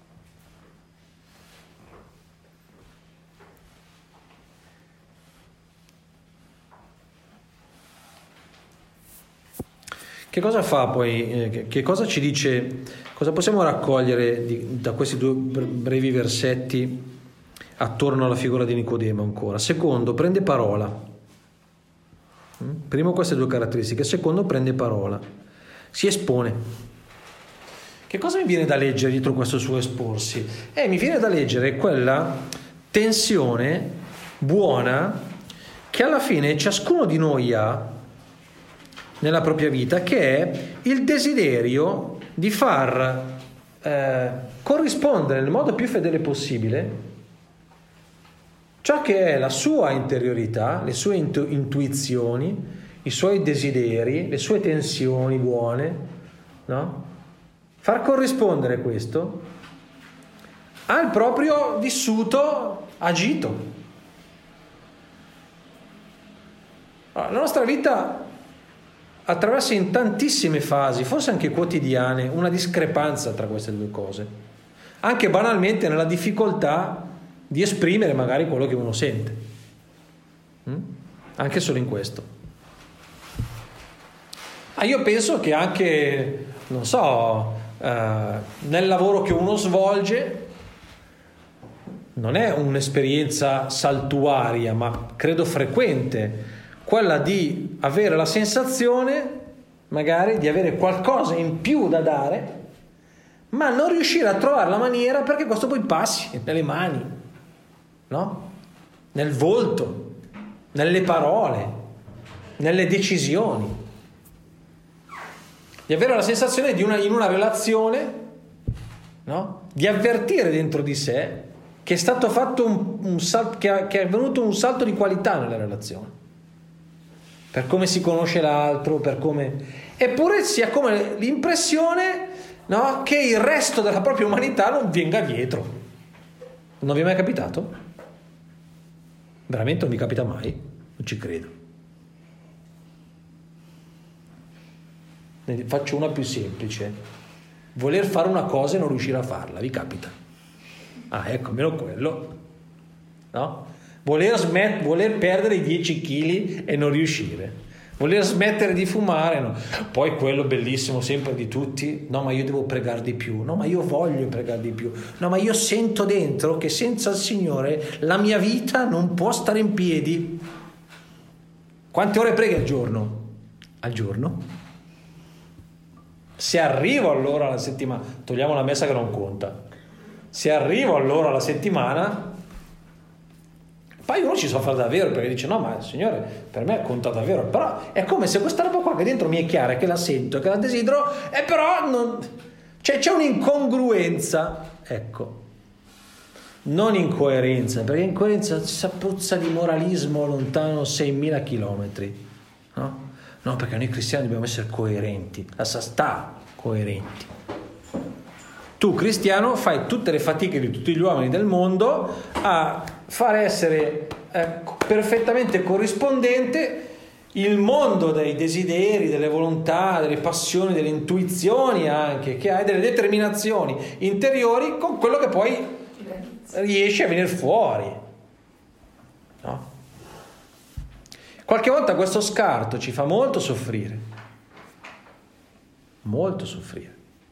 Che cosa fa poi? Che cosa ci dice? Cosa possiamo raccogliere di, da questi due brevi versetti attorno alla figura di Nicodemo ancora? Secondo, prende parola. Primo, queste due caratteristiche. Secondo, prende parola. Si espone. Che cosa mi viene da leggere dietro questo suo esporsi? Eh, mi viene da leggere quella tensione buona che alla fine ciascuno di noi ha nella propria vita, che è il desiderio di far eh, corrispondere nel modo più fedele possibile ciò che è la sua interiorità, le sue intu- intuizioni, i suoi desideri, le sue tensioni buone, no? Far corrispondere questo al proprio vissuto agito. La nostra vita attraversa in tantissime fasi, forse anche quotidiane, una discrepanza tra queste due cose, anche banalmente nella difficoltà di esprimere magari quello che uno sente, mm? Anche solo in questo. Ah, io penso che anche, non so, eh, nel lavoro che uno svolge non è un'esperienza saltuaria, ma credo frequente, quella di avere la sensazione magari di avere qualcosa in più da dare, ma non riuscire a trovare la maniera perché questo poi passi nelle mani, no? Nel volto, nelle parole, nelle decisioni. Di avere la sensazione di una, in una relazione, no? Di avvertire dentro di sé che è stato fatto un, un salto, che, che è avvenuto un salto di qualità nella relazione, per come si conosce l'altro, per come, eppure si ha come l'impressione, no? Che il resto della propria umanità non venga dietro. Non vi è mai capitato? Veramente non vi capita mai? Non ci credo. Ne faccio una più semplice: voler fare una cosa e non riuscire a farla. Vi capita? Ah, ecco, meno quello, no? Voler, smet- voler perdere i dieci chili e non riuscire, voler smettere di fumare, no? Poi quello bellissimo sempre di tutti: no, ma io devo pregare di più, no, ma io voglio pregare di più, no, ma io sento dentro che senza il Signore la mia vita non può stare in piedi. Quante ore preghi al giorno? Al giorno? Se arrivo allora alla settimana, togliamo la messa che non conta, se arrivo allora alla settimana, poi uno ci soffre davvero perché dice: no, ma il Signore per me conta davvero, però è come se questa roba qua che dentro mi è chiara, che la sento, che la desidero, e però non, cioè c'è un'incongruenza, ecco, non incoerenza, perché incoerenza si puzza di moralismo lontano seimila chilometri, no? No, perché noi cristiani dobbiamo essere coerenti, la sta coerenti. Tu cristiano fai tutte le fatiche di tutti gli uomini del mondo a far essere eh, perfettamente corrispondente il mondo dei desideri, delle volontà, delle passioni, delle intuizioni anche che hai, delle determinazioni interiori, con quello che poi riesce a venire fuori, no? Qualche volta questo scarto ci fa molto soffrire, molto soffrire.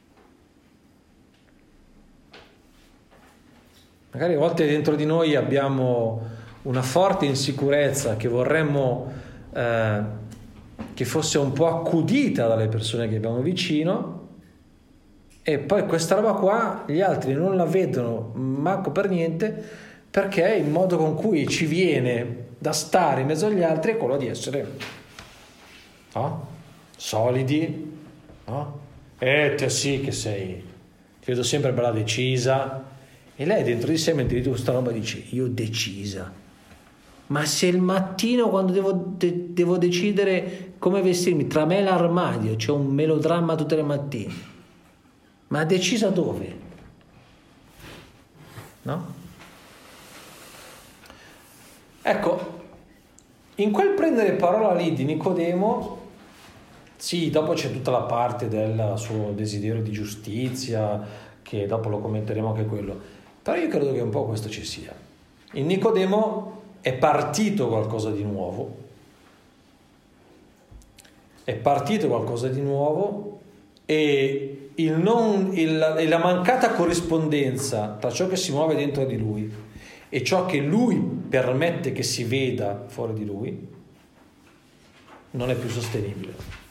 Magari a volte dentro di noi abbiamo una forte insicurezza che vorremmo eh, che fosse un po' accudita dalle persone che abbiamo vicino, e poi questa roba qua gli altri non la vedono manco per niente, perché il modo con cui ci viene da stare in mezzo agli altri è quello di essere, no? Solidi, no? E te sì che sei, ti vedo sempre bella decisa, e lei dentro di sé mentre di questa roba dice: io decisa, ma se il mattino quando devo, de- devo decidere come vestirmi, tra me e l'armadio c'è un melodramma tutte le mattine, ma decisa dove? No? Ecco, in quel prendere parola lì di Nicodemo, sì, dopo c'è tutta la parte del suo desiderio di giustizia, che dopo lo commenteremo anche quello, però io credo che un po' questo ci sia. In Nicodemo è partito qualcosa di nuovo, è partito qualcosa di nuovo e il non, il, e la mancata corrispondenza tra ciò che si muove dentro di lui e ciò che lui permette che si veda fuori di lui non è più sostenibile.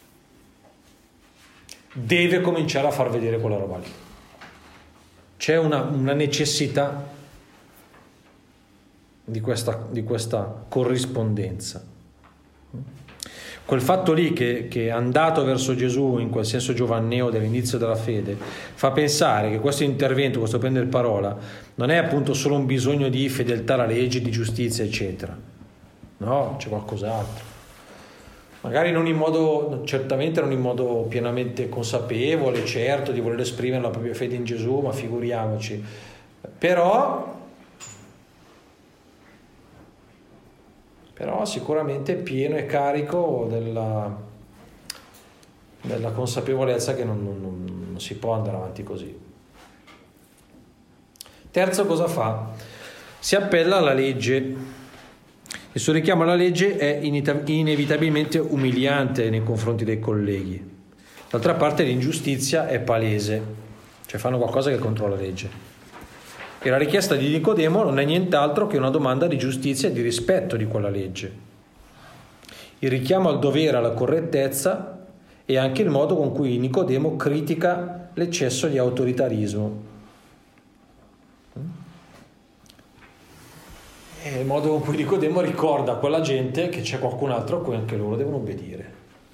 Deve cominciare a far vedere quella roba lì. C'è una, una necessità di questa, di questa corrispondenza. Quel fatto lì che, che è andato verso Gesù in quel senso giovanneo dell'inizio della fede fa pensare che questo intervento, questo prendere parola, non è appunto solo un bisogno di fedeltà alla legge, di giustizia eccetera, no, c'è qualcos'altro. magari non in modo, certamente non in modo pienamente consapevole, certo, di voler esprimere la propria fede in Gesù, ma figuriamoci, però, però sicuramente pieno e carico della, della consapevolezza che non, non, non si può andare avanti così. Terzo, cosa fa? Si appella alla legge. Il suo richiamo alla legge è inevitabilmente umiliante nei confronti dei colleghi. D'altra parte l'ingiustizia è palese, cioè fanno qualcosa che è contro la legge. E la richiesta di Nicodemo non è nient'altro che una domanda di giustizia e di rispetto di quella legge. Il richiamo al dovere, alla correttezza, è anche il modo con cui Nicodemo critica l'eccesso di autoritarismo. È il modo con cui Nicodemo ricorda a quella gente che c'è qualcun altro a cui anche loro devono obbedire.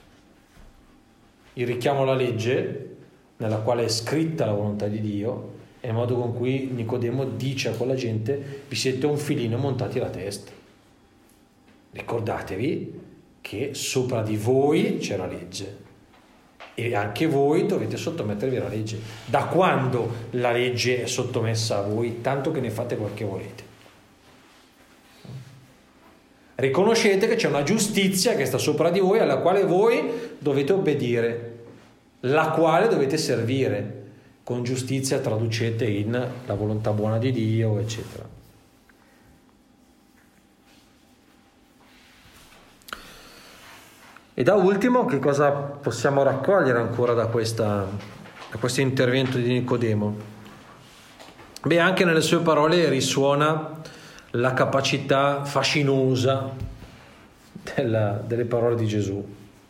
Il richiamo alla legge, nella quale è scritta la volontà di Dio, è il modo con cui Nicodemo dice a quella gente: vi siete un filino montati alla testa. Ricordatevi che sopra di voi c'è la legge e anche voi dovete sottomettervi alla legge. Da quando la legge è sottomessa a voi, tanto che ne fate quel che volete? Riconoscete che c'è una giustizia che sta sopra di voi, alla quale voi dovete obbedire, la quale dovete servire. Con giustizia traducete in la volontà buona di Dio, eccetera. E da ultimo, che cosa possiamo raccogliere ancora da, questa, da questo intervento di Nicodemo? Beh, anche nelle sue parole risuona la capacità fascinosa della, delle parole di Gesù.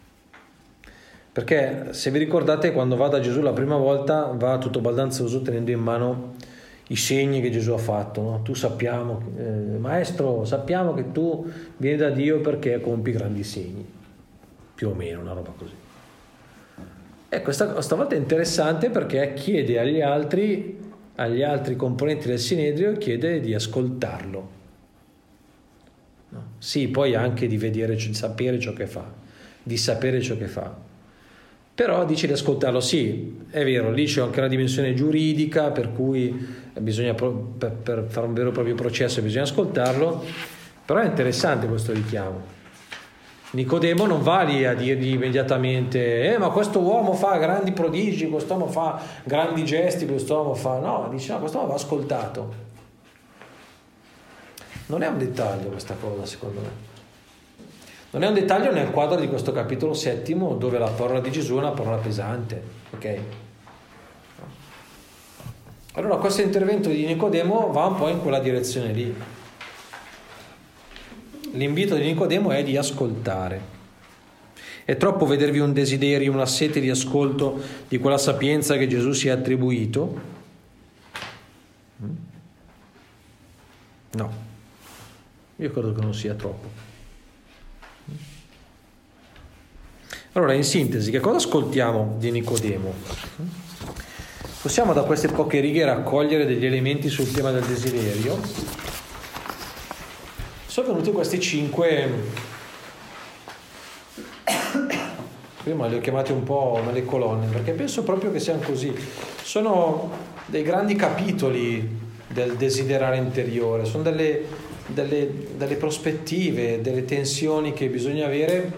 Perché se vi ricordate, quando va da Gesù la prima volta, va tutto baldanzoso tenendo in mano i segni che Gesù ha fatto, no? Tu sappiamo, eh, maestro, sappiamo che tu vieni da Dio perché compi grandi segni, più o meno, una roba così. E questa stavolta è interessante perché chiede agli altri agli altri componenti del Sinedrio, chiede di ascoltarlo. No? Sì, poi anche di vedere, di sapere ciò che fa, di sapere ciò che fa. Però dice di ascoltarlo, sì, è vero, lì c'è anche una dimensione giuridica, per cui bisogna, per, per fare un vero e proprio processo bisogna ascoltarlo, però è interessante questo richiamo. Nicodemo non va lì a dirgli immediatamente eh ma questo uomo fa grandi prodigi, quest'uomo fa grandi gesti, quest'uomo fa... No, dice no, quest'uomo va ascoltato. Non è un dettaglio questa cosa, secondo me. Non è un dettaglio nel quadro di questo capitolo settimo, dove la parola di Gesù è una parola pesante, ok? Allora questo intervento di Nicodemo va un po' in quella direzione lì. L'invito di Nicodemo è di ascoltare. È troppo vedervi un desiderio, una sete di ascolto di quella sapienza che Gesù si è attribuito? No, io credo che non sia troppo. Allora, in sintesi, che cosa ascoltiamo di Nicodemo? Possiamo da queste poche righe raccogliere degli elementi sul tema del desiderio. Sono venuti questi cinque, prima li ho chiamati un po' nelle colonne, perché penso proprio che siano così. Sono dei grandi capitoli del desiderare interiore, sono delle, delle, delle prospettive, delle tensioni che bisogna avere,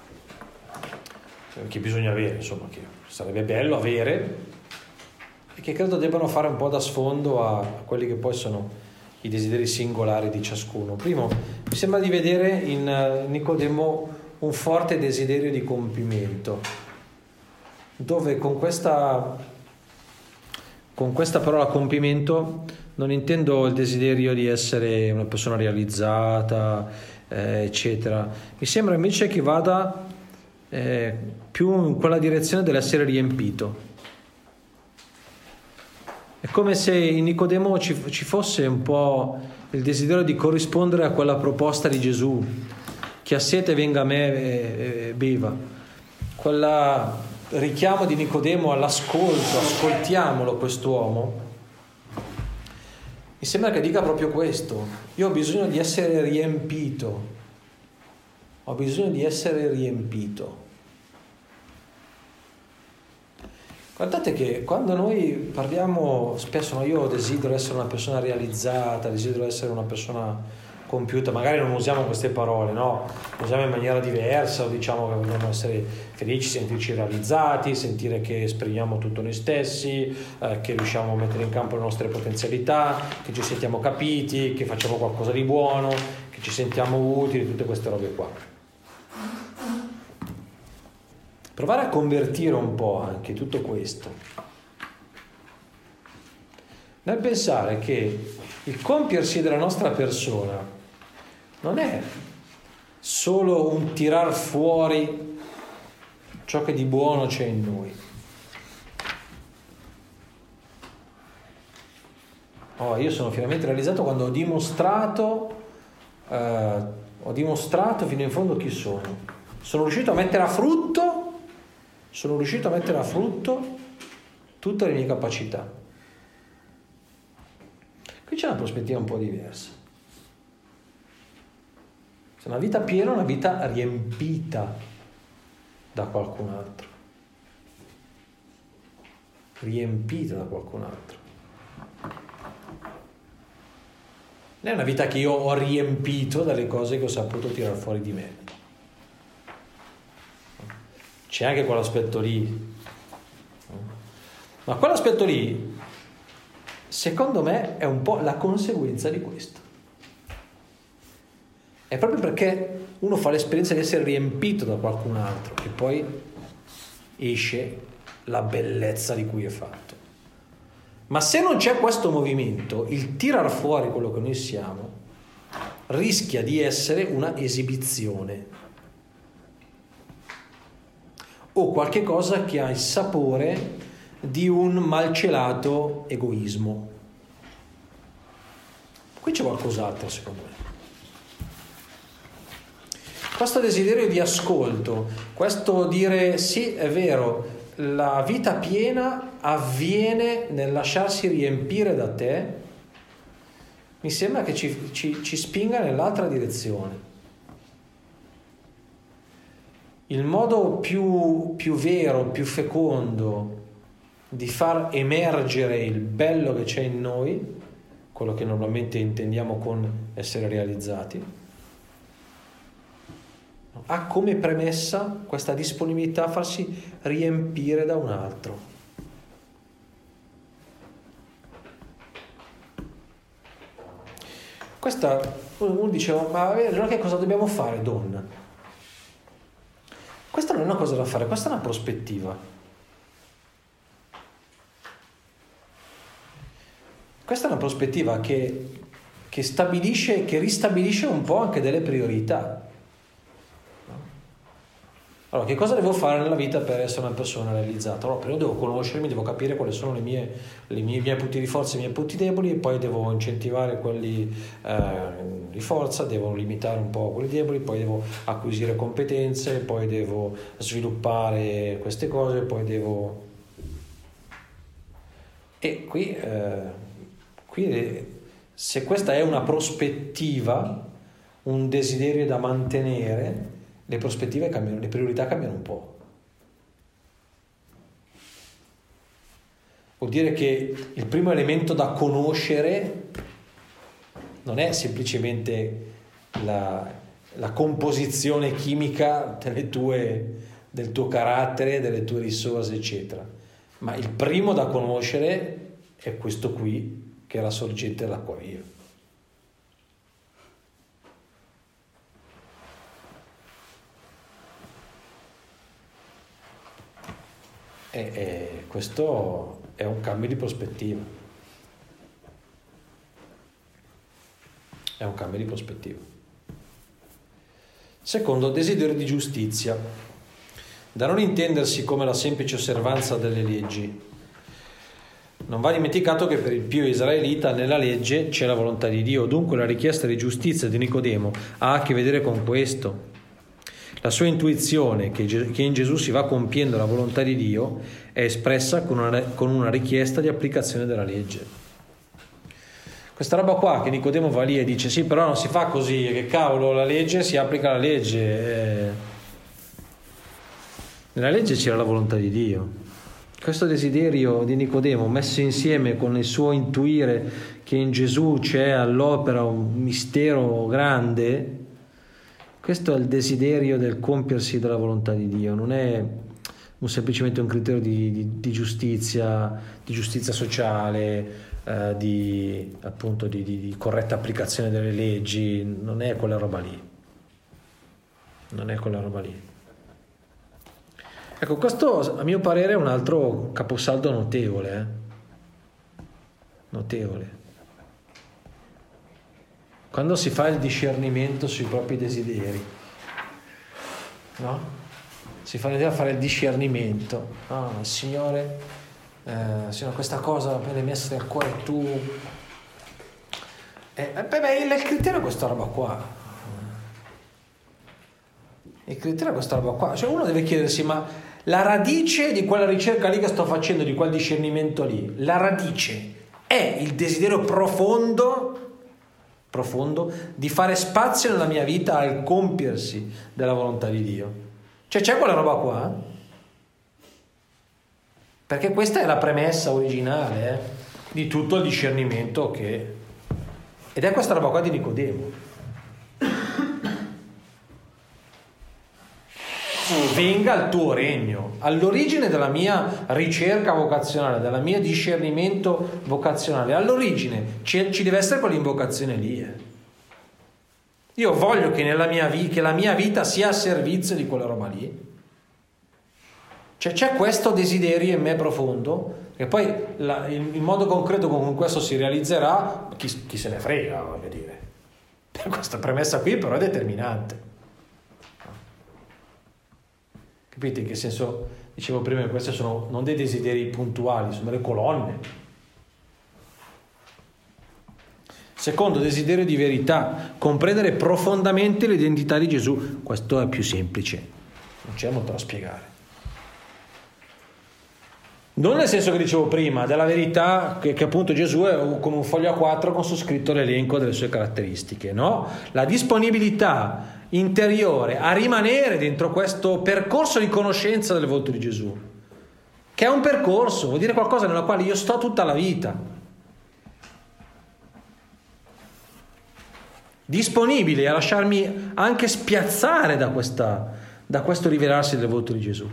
che bisogna avere, insomma, che sarebbe bello avere, e che credo debbano fare un po' da sfondo a, a quelli che poi sono i desideri singolari di ciascuno. Primo, mi sembra di vedere in Nicodemo un forte desiderio di compimento, dove con questa con questa parola compimento non intendo il desiderio di essere una persona realizzata, eh, eccetera. Mi sembra invece che vada eh, più in quella direzione dell'essere riempito. È come se in Nicodemo ci, ci fosse un po' il desiderio di corrispondere a quella proposta di Gesù: chi ha sete venga a me e, e beva. Quel richiamo di Nicodemo all'ascolto, ascoltiamolo quest'uomo, mi sembra che dica proprio questo: io ho bisogno di essere riempito, ho bisogno di essere riempito. Guardate che quando noi parliamo spesso, no, io desidero essere una persona realizzata, desidero essere una persona compiuta, magari non usiamo queste parole, no? Le usiamo in maniera diversa, o diciamo che vogliamo essere felici, sentirci realizzati, sentire che esprimiamo tutto noi stessi, eh, che riusciamo a mettere in campo le nostre potenzialità, che ci sentiamo capiti, che facciamo qualcosa di buono, che ci sentiamo utili, tutte queste robe qua. Provare a convertire un po' anche tutto questo nel pensare che il compiersi della nostra persona non è solo un tirar fuori ciò che di buono c'è in noi. Oh, io sono finalmente realizzato quando ho dimostrato, eh, ho dimostrato fino in fondo chi sono. Sono riuscito a mettere a frutto Sono riuscito a mettere a frutto tutte le mie capacità. Qui c'è una prospettiva un po' diversa. C'è una vita piena, una vita riempita da qualcun altro. Riempita da qualcun altro. Non è una vita che io ho riempito dalle cose che ho saputo tirar fuori di me. C'è anche quell'aspetto lì, ma quell'aspetto lì secondo me è un po' la conseguenza di questo. È proprio perché uno fa l'esperienza di essere riempito da qualcun altro che poi esce la bellezza di cui è fatto. Ma se non c'è questo movimento, il tirar fuori quello che noi siamo rischia di essere una esibizione o qualche cosa che ha il sapore di un malcelato egoismo. Qui c'è qualcos'altro, secondo me. Questo desiderio di ascolto, questo dire sì, è vero, la vita piena avviene nel lasciarsi riempire da te, mi sembra che ci, ci, ci spinga nell'altra direzione. Il modo più, più vero, più fecondo di far emergere il bello che c'è in noi, quello che normalmente intendiamo con essere realizzati, ha come premessa questa disponibilità a farsi riempire da un altro. Questa, uno diceva, ma allora che cosa dobbiamo fare, donna? Questa non è una cosa da fare, questa è una prospettiva. Questa è una prospettiva che, che stabilisce, che ristabilisce un po' anche delle priorità. Allora, che cosa devo fare nella vita per essere una persona realizzata? Allora, prima devo conoscermi, devo capire quali sono le mie, le mie, i miei punti di forza, i miei punti deboli, e poi devo incentivare quelli eh, di forza, devo limitare un po' quelli deboli, poi devo acquisire competenze, poi devo sviluppare queste cose, poi devo... E qui, eh, qui se questa è una prospettiva, un desiderio da mantenere, le prospettive cambiano, le priorità cambiano un po'. Vuol dire che il primo elemento da conoscere non è semplicemente la, la composizione chimica delle tue, del tuo carattere, delle tue risorse, eccetera, ma il primo da conoscere è questo qui, che è la sorgente dell'acqua viva. E, e questo è un cambio di prospettiva. È un cambio di prospettiva. Secondo, desiderio di giustizia, da non intendersi come la semplice osservanza delle leggi. Non va dimenticato che per il pio israelita nella legge c'è la volontà di Dio, dunque la richiesta di giustizia di Nicodemo ha a che vedere con questo. La sua intuizione che in Gesù si va compiendo la volontà di Dio è espressa con una, con una richiesta di applicazione della legge. Questa roba qua che Nicodemo va lì e dice sì, però non si fa così, che cavolo, la legge, si applica la legge. Eh. Nella legge c'era la volontà di Dio. Questo desiderio di Nicodemo messo insieme con il suo intuire che in Gesù c'è all'opera un mistero grande, questo è il desiderio del compiersi della volontà di Dio, non è un, semplicemente un criterio di, di, di giustizia, di giustizia sociale, eh, di appunto di, di, di corretta applicazione delle leggi, non è quella roba lì, non è quella roba lì. Ecco, questo a mio parere è un altro caposaldo notevole, eh? notevole. Quando si fa il discernimento sui propri desideri, no? Si fa l'idea di fare il discernimento. Ah, il Signore, eh, Signore, questa cosa viene messa nel cuore tu. Eh, beh, il criterio è questa roba qua. Il criterio è questa roba qua. Cioè uno deve chiedersi, ma la radice di quella ricerca lì che sto facendo, di quel discernimento lì, la radice è il desiderio profondo, profondo di fare spazio nella mia vita al compiersi della volontà di Dio. Cioè c'è quella roba qua? Perché questa è la premessa originale eh, di tutto il discernimento che... Ed è questa roba qua di Nicodemo. Venga il tuo regno. All'origine della mia ricerca vocazionale, del mio discernimento vocazionale, all'origine ci, ci deve essere quell'invocazione lì. Eh. Io voglio che, nella mia vi- che la mia vita sia a servizio di quella roba lì. Cioè c'è questo desiderio in me profondo, che poi la, il, il modo concreto con cui questo si realizzerà, chi, chi se ne frega, voglio dire. Questa premessa qui però è determinante. Capite in che senso? Dicevo prima che questi sono non dei desideri puntuali, sono delle colonne. Secondo, desiderio di verità, comprendere profondamente l'identità di Gesù. Questo è più semplice, non c'è molto da spiegare. Non nel senso che dicevo prima, della verità che, che appunto Gesù è come un foglio A quattro con su scritto l'elenco delle sue caratteristiche, no? La disponibilità interiore a rimanere dentro questo percorso di conoscenza del volto di Gesù, che è un percorso, vuol dire qualcosa nella quale io sto tutta la vita, disponibile a lasciarmi anche spiazzare da, questa, da questo rivelarsi del volto di Gesù,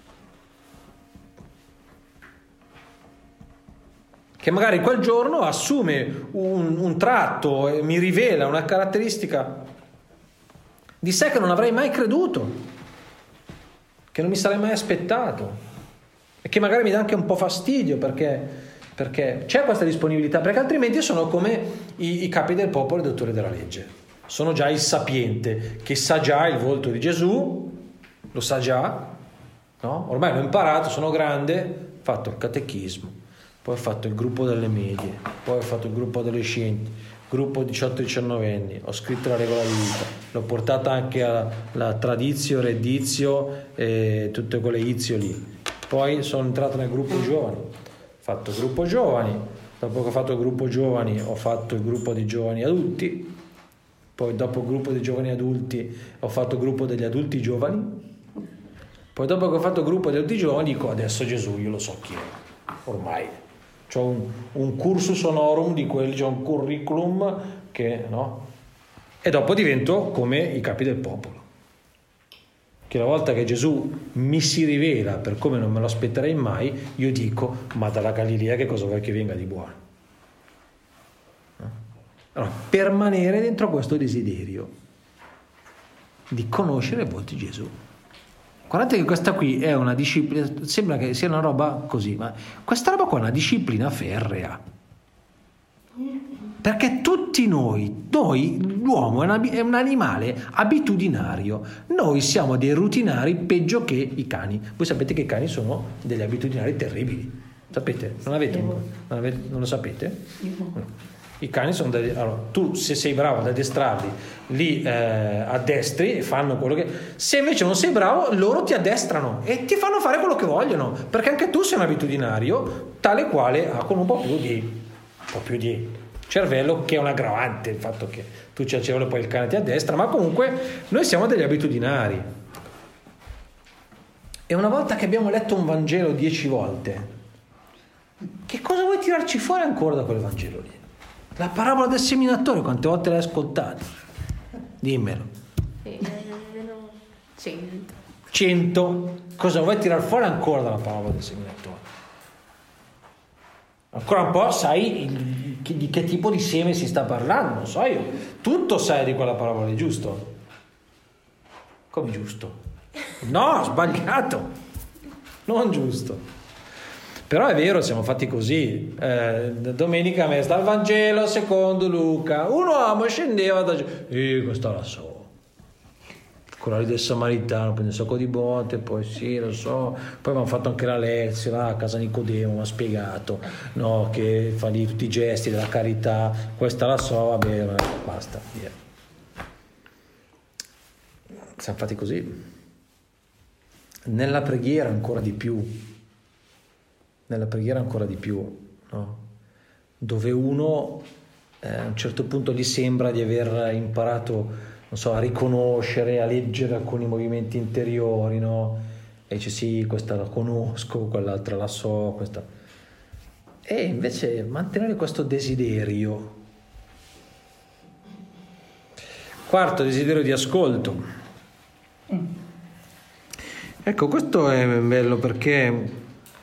che magari quel giorno assume un, un tratto e mi rivela una caratteristica di sé che non avrei mai creduto, che non mi sarei mai aspettato e che magari mi dà anche un po' fastidio perché, perché c'è questa disponibilità, perché altrimenti sono come i, i capi del popolo e i dottori della legge. Sono già il sapiente che sa già il volto di Gesù, lo sa già, no? Ormai l'ho imparato, sono grande, ho fatto il catechismo, poi ho fatto il gruppo delle medie, poi ho fatto il gruppo adolescenti, gruppo diciotto diciannove anni, ho scritto la regola di vita, l'ho portata anche alla tradizio, reddizio e tutte quelle izio lì. Poi sono entrato nel gruppo giovani, ho fatto il gruppo giovani, dopo che ho fatto il gruppo giovani ho fatto il gruppo di giovani adulti, poi dopo il gruppo dei giovani adulti ho fatto il gruppo degli adulti giovani, poi dopo che ho fatto il gruppo degli adulti giovani dico adesso Gesù io lo so chi è, ormai. C'è un, un cursus honorum di quelli, c'è un curriculum che, no? E dopo divento come i capi del popolo. Che la volta che Gesù mi si rivela per come non me lo aspetterei mai, io dico, ma dalla Galilea che cosa vuoi che venga di buono? Allora, permanere dentro questo desiderio di conoscere il volto di Gesù. Guardate che questa qui è una disciplina, sembra che sia una roba così, ma questa roba qua è una disciplina ferrea. Perché tutti noi, noi, l'uomo è, una, è un animale abitudinario, noi siamo dei rutinari peggio che i cani. Voi sapete che i cani sono degli abitudinari terribili, sapete? Non, avete, non, avete, non lo sapete? I cani sono degli, allora, tu se sei bravo ad addestrarli li eh, addestri e fanno quello che, se invece non sei bravo loro ti addestrano e ti fanno fare quello che vogliono, perché anche tu sei un abitudinario tale quale ha con un po' più di un po' più di cervello, che è un aggravante il fatto che tu c'hai il cervello e poi il cane ti a destra, ma comunque noi siamo degli abitudinari. E una volta che abbiamo letto un Vangelo dieci volte, che cosa vuoi tirarci fuori ancora da quel Vangelo lì? La parabola del seminatore, quante volte l'hai ascoltata? Dimmelo. Cento. Cento. Cosa vuoi tirar fuori ancora dalla parabola del seminatore? Ancora un po' sai il, di che tipo di seme si sta parlando, non so io. Tutto sai di quella parabola, giusto? Come giusto? No, sbagliato. Non giusto. Però è vero, siamo fatti così. Eh, domenica me sta il Vangelo secondo Luca. Un uomo scendeva da... Eh, questa la so. Quello del Samaritano, prende un sacco di botte, poi sì, lo so. Poi mi hanno fatto anche la lezione, là, a casa Nicodemo, mi ha spiegato, no, che fa lì tutti i gesti della carità. Questa la so, vabbè, basta, via. Siamo fatti così. Nella preghiera ancora di più. Nella preghiera ancora di più, no? Dove uno eh, a un certo punto gli sembra di aver imparato, non so, a riconoscere, a leggere alcuni movimenti interiori, no? E dice sì, questa la conosco, quell'altra la so, questa... E invece mantenere questo desiderio. Quarto, desiderio di ascolto. Ecco, questo è bello perché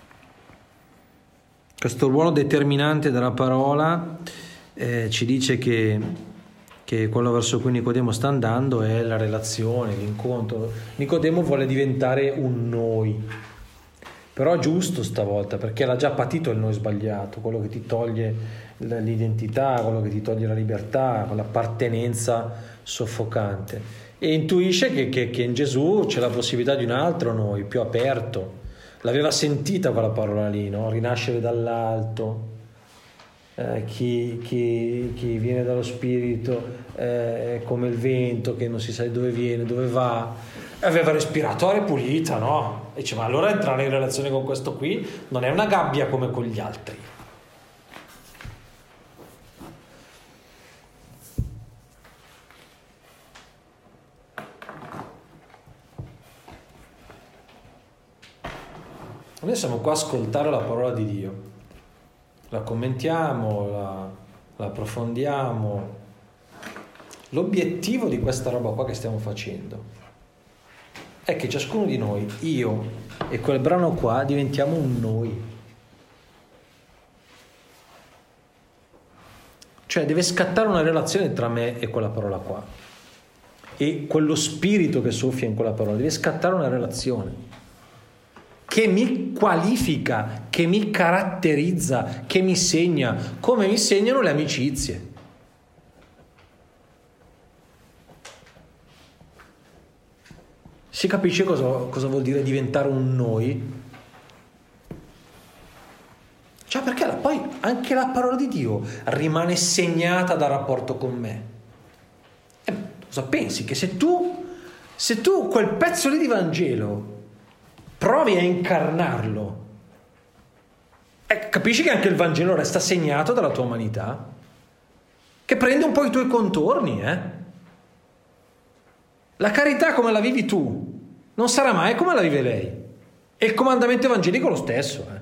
questo ruolo determinante della parola eh, ci dice che, che quello verso cui Nicodemo sta andando è la relazione, l'incontro. Nicodemo vuole diventare un noi, però giusto stavolta, perché l'ha già patito il noi sbagliato, quello che ti toglie l'identità, quello che ti toglie la libertà, quell'appartenenza soffocante. E intuisce che, che, che in Gesù c'è la possibilità di un altro noi, più aperto. L'aveva sentita quella parola lì, no? Rinascere dall'alto, eh, chi, chi, chi viene dallo spirito eh, è come il vento che non si sa dove viene, dove va. Aveva respirato aria pulita, no? E dice, ma allora entrare in relazione con questo qui non è una gabbia come con gli altri. Noi siamo qua a ascoltare la parola di Dio, la commentiamo, la, la approfondiamo. L'obiettivo di questa roba qua che stiamo facendo è che ciascuno di noi, io e quel brano qua, diventiamo un noi. Cioè deve scattare una relazione tra me e quella parola qua. E quello spirito che soffia in quella parola, deve scattare una relazione che mi qualifica, che mi caratterizza, che mi segna, come mi segnano le amicizie. Si capisce cosa, cosa vuol dire diventare un noi? Cioè perché la, poi anche la parola di Dio rimane segnata dal rapporto con me. E cosa pensi? Che se tu, se tu quel pezzo lì di Vangelo provi a incarnarlo, eh, capisci che anche il Vangelo resta segnato dalla tua umanità, che prende un po' i tuoi contorni, eh? La carità come la vivi tu non sarà mai come la vive lei, e il comandamento evangelico è lo stesso, eh?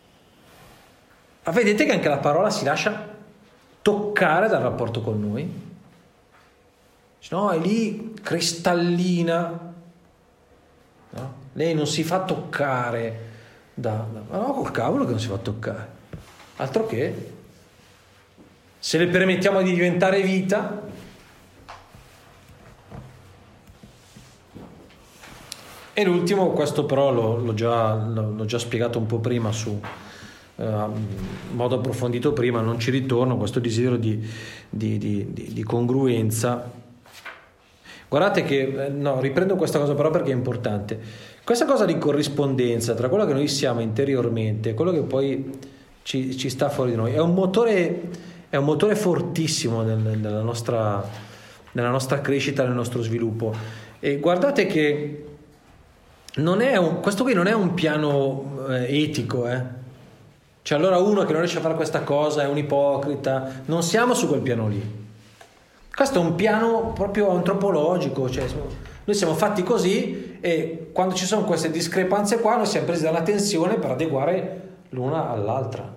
Ma vedete che anche la parola si lascia toccare dal rapporto con noi? No, è lì cristallina, no? Lei non si fa toccare da, da... Ma no, col cavolo che non si fa toccare. Altro che se le permettiamo di diventare vita. E l'ultimo, questo però l'ho, l'ho, già, l'ho già spiegato un po' prima su uh, in modo approfondito prima, non ci ritorno, questo desiderio di, di, di, di, di congruenza. Guardate che, no, riprendo questa cosa però perché è importante. Questa cosa di corrispondenza tra quello che noi siamo interiormente e quello che poi ci, ci sta fuori di noi è un motore, è un motore fortissimo nel, nella, nostra, nella nostra crescita, nel nostro sviluppo. E guardate che non è un, questo qui non è un piano eh, etico, eh. Cioè allora uno che non riesce a fare questa cosa è un ipocrita. Non siamo su quel piano lì. Questo è un piano proprio antropologico, cioè noi siamo fatti così e quando ci sono queste discrepanze qua noi siamo presi dalla tensione per adeguare l'una all'altra.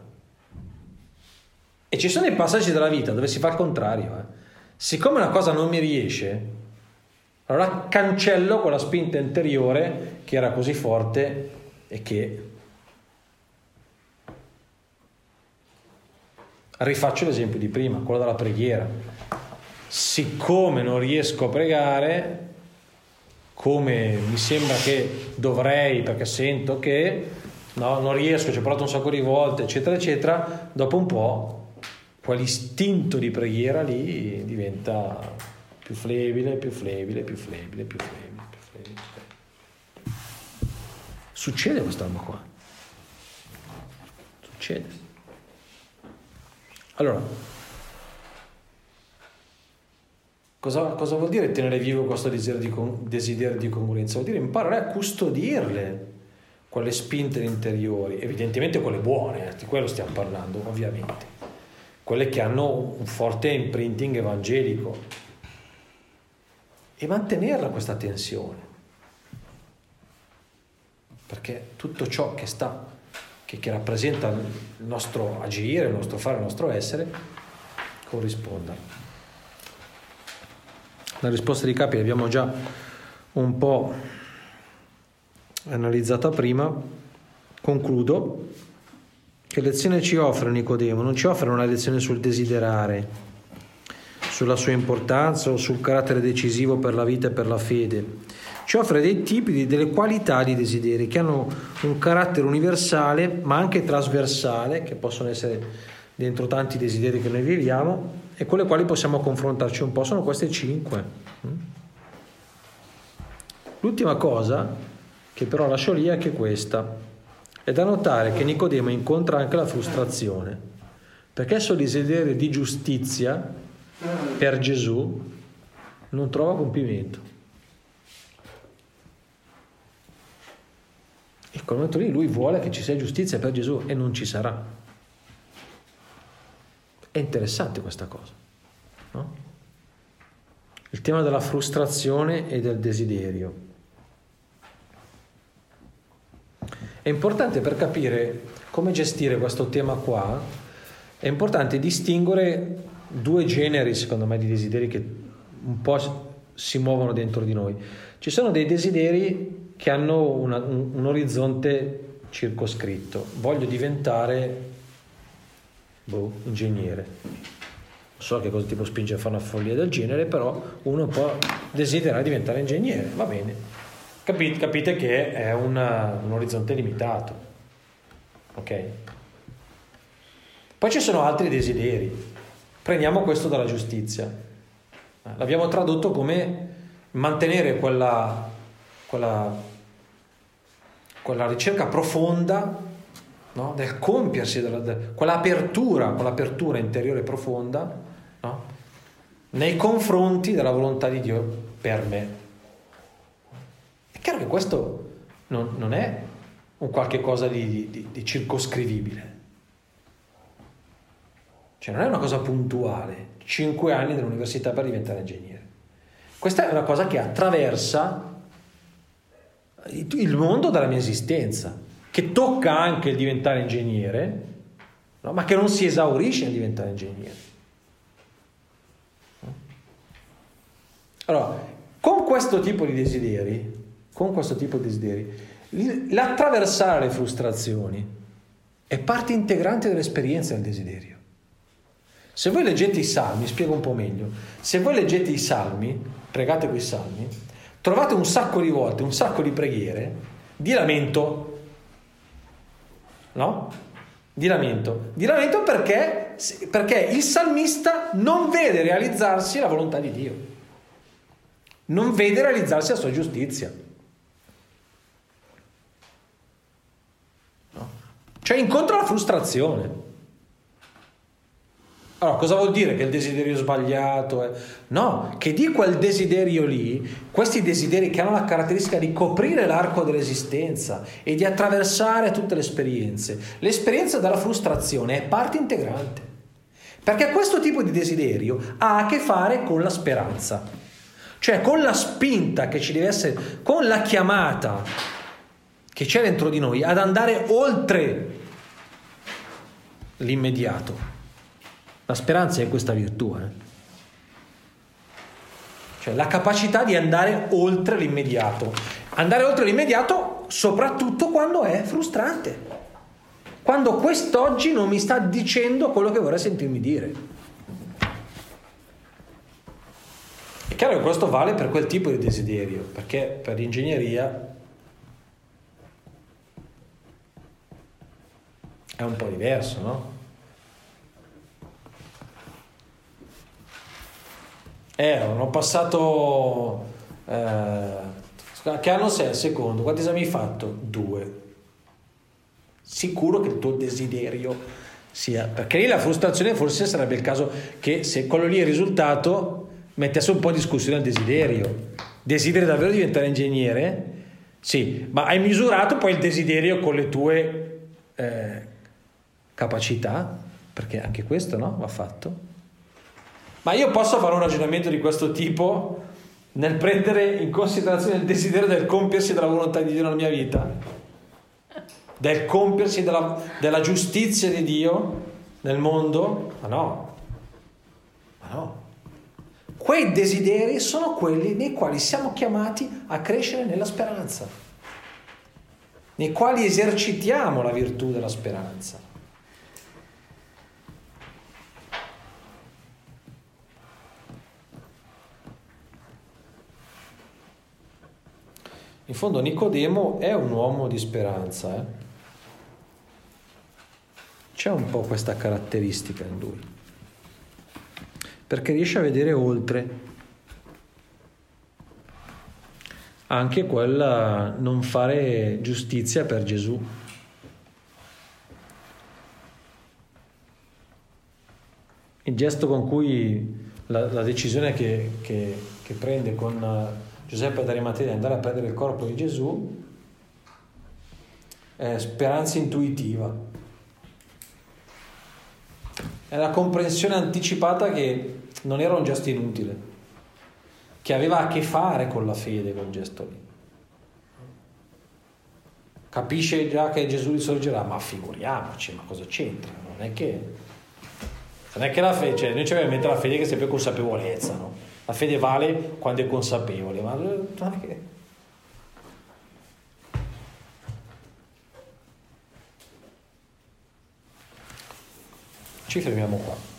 E ci sono dei passaggi della vita dove si fa il contrario. Eh. Siccome una cosa non mi riesce, allora cancello quella spinta interiore che era così forte e che... Rifaccio l'esempio di prima, quello della preghiera. Siccome non riesco a pregare come mi sembra che dovrei, perché sento che no, non riesco, ci ho provato un sacco di volte, eccetera, eccetera, dopo un po' quell'istinto di preghiera lì diventa più flebile, più flebile, più flebile, più flebile, più flebile. Succede questa roba qua. Succede. Allora, cosa, cosa vuol dire tenere vivo questo desiderio di, con, desiderio di congruenza? Vuol dire imparare a custodirle, quelle spinte interiori, evidentemente quelle buone, eh, di quello stiamo parlando, ovviamente. Quelle che hanno un forte imprinting evangelico. E mantenerla questa tensione. Perché tutto ciò che sta... Che, che rappresenta il nostro agire, il nostro fare, il nostro essere, corrisponda. La risposta di Capi l'abbiamo già un po' analizzata prima. Concludo. Che lezione ci offre Nicodemo? Non ci offre una lezione sul desiderare, sulla sua importanza o sul carattere decisivo per la vita e per la fede. Ci offre dei tipi, di, delle qualità di desideri che hanno un carattere universale ma anche trasversale, che possono essere dentro tanti desideri che noi viviamo e con le quali possiamo confrontarci un po'. Sono queste cinque. L'ultima cosa che però lascio lì è che questa. È da notare che Nicodemo incontra anche la frustrazione, perché il suo desiderio di giustizia per Gesù non trova compimento. E in quel momento lì lui vuole che ci sia giustizia per Gesù e non ci sarà. È interessante questa cosa, no? Il tema della frustrazione e del desiderio. È importante, per capire come gestire questo tema qua, è importante distinguere due generi, secondo me, di desideri che un po' si muovono dentro di noi. Ci sono dei desideri che hanno una, un, un orizzonte circoscritto. Voglio diventare boh, ingegnere. Non so che cosa ti può spingere a fare una follia del genere, però uno può desiderare diventare ingegnere, va bene. Capite, capite che è una, un orizzonte limitato. Ok? Poi ci sono altri desideri. Prendiamo questo dalla giustizia. L'abbiamo tradotto come mantenere quella Quella, quella ricerca profonda, no? Del compiersi, della, de, quell'apertura, quell'apertura interiore profonda, no? Nei confronti della volontà di Dio per me. È chiaro che questo non, non è un qualche cosa di, di, di circoscrivibile, cioè non è una cosa puntuale, cinque anni dell'università per diventare ingegnere. Questa è una cosa che attraversa il mondo della mia esistenza, che tocca anche il diventare ingegnere, no? Ma che non si esaurisce nel diventare ingegnere. Allora, con questo tipo di desideri, con questo tipo di desideri, l'attraversare le frustrazioni è parte integrante dell'esperienza del desiderio. Se voi leggete i salmi, spiego un po' meglio, se voi leggete i salmi, pregate quei salmi, trovate un sacco di volte, un sacco di preghiere di lamento, no? Di lamento. Di lamento perché, perché il salmista non vede realizzarsi la volontà di Dio. Non vede realizzarsi la sua giustizia. No? Cioè incontra la frustrazione. Allora, cosa vuol dire che il desiderio sbagliato è? No, che di quel desiderio lì, questi desideri che hanno la caratteristica di coprire l'arco dell'esistenza e di attraversare tutte le esperienze. L'esperienza della frustrazione è parte integrante, perché questo tipo di desiderio ha a che fare con la speranza, cioè con la spinta che ci deve essere, con la chiamata che c'è dentro di noi ad andare oltre l'immediato. La speranza è questa virtù, eh? Cioè la capacità di andare oltre l'immediato. Andare oltre l'immediato soprattutto quando è frustrante. Quando quest'oggi non mi sta dicendo quello che vorrei sentirmi dire. È chiaro che questo vale per quel tipo di desiderio, perché per l'ingegneria è un po' diverso, no? Eh, non ho passato... Eh, che anno sei al secondo? Quanti esami hai fatto? Due. Sicuro che il tuo desiderio sia... Perché lì la frustrazione forse sarebbe il caso che se quello lì è il risultato mettesse un po' in discussione il desiderio. Desideri davvero diventare ingegnere? Sì, ma hai misurato poi il desiderio con le tue eh, capacità? Perché anche questo, no? Va fatto. Ma io posso fare un ragionamento di questo tipo nel prendere in considerazione il desiderio del compiersi della volontà di Dio nella mia vita? Del compiersi della, della giustizia di Dio nel mondo? Ma no. Ma no. Quei desideri sono quelli nei quali siamo chiamati a crescere nella speranza, nei quali esercitiamo la virtù della speranza. In fondo Nicodemo è un uomo di speranza, eh? C'è un po' questa caratteristica in lui, perché riesce a vedere oltre anche quella non fare giustizia per Gesù. Il gesto con cui la, la decisione che, che, che prende con Giuseppe d'Arimatea di andare a prendere il corpo di Gesù è speranza intuitiva, è la comprensione anticipata che non era un gesto inutile, che aveva a che fare con la fede, quel gesto lì. Capisce già che Gesù risorgerà, ma figuriamoci, ma cosa c'entra? Non è che non è che la fede, cioè noi ci abbiamo in mente la fede che è sempre consapevolezza, no? La fede vale quando è consapevole, ma non è che... Ci fermiamo qua.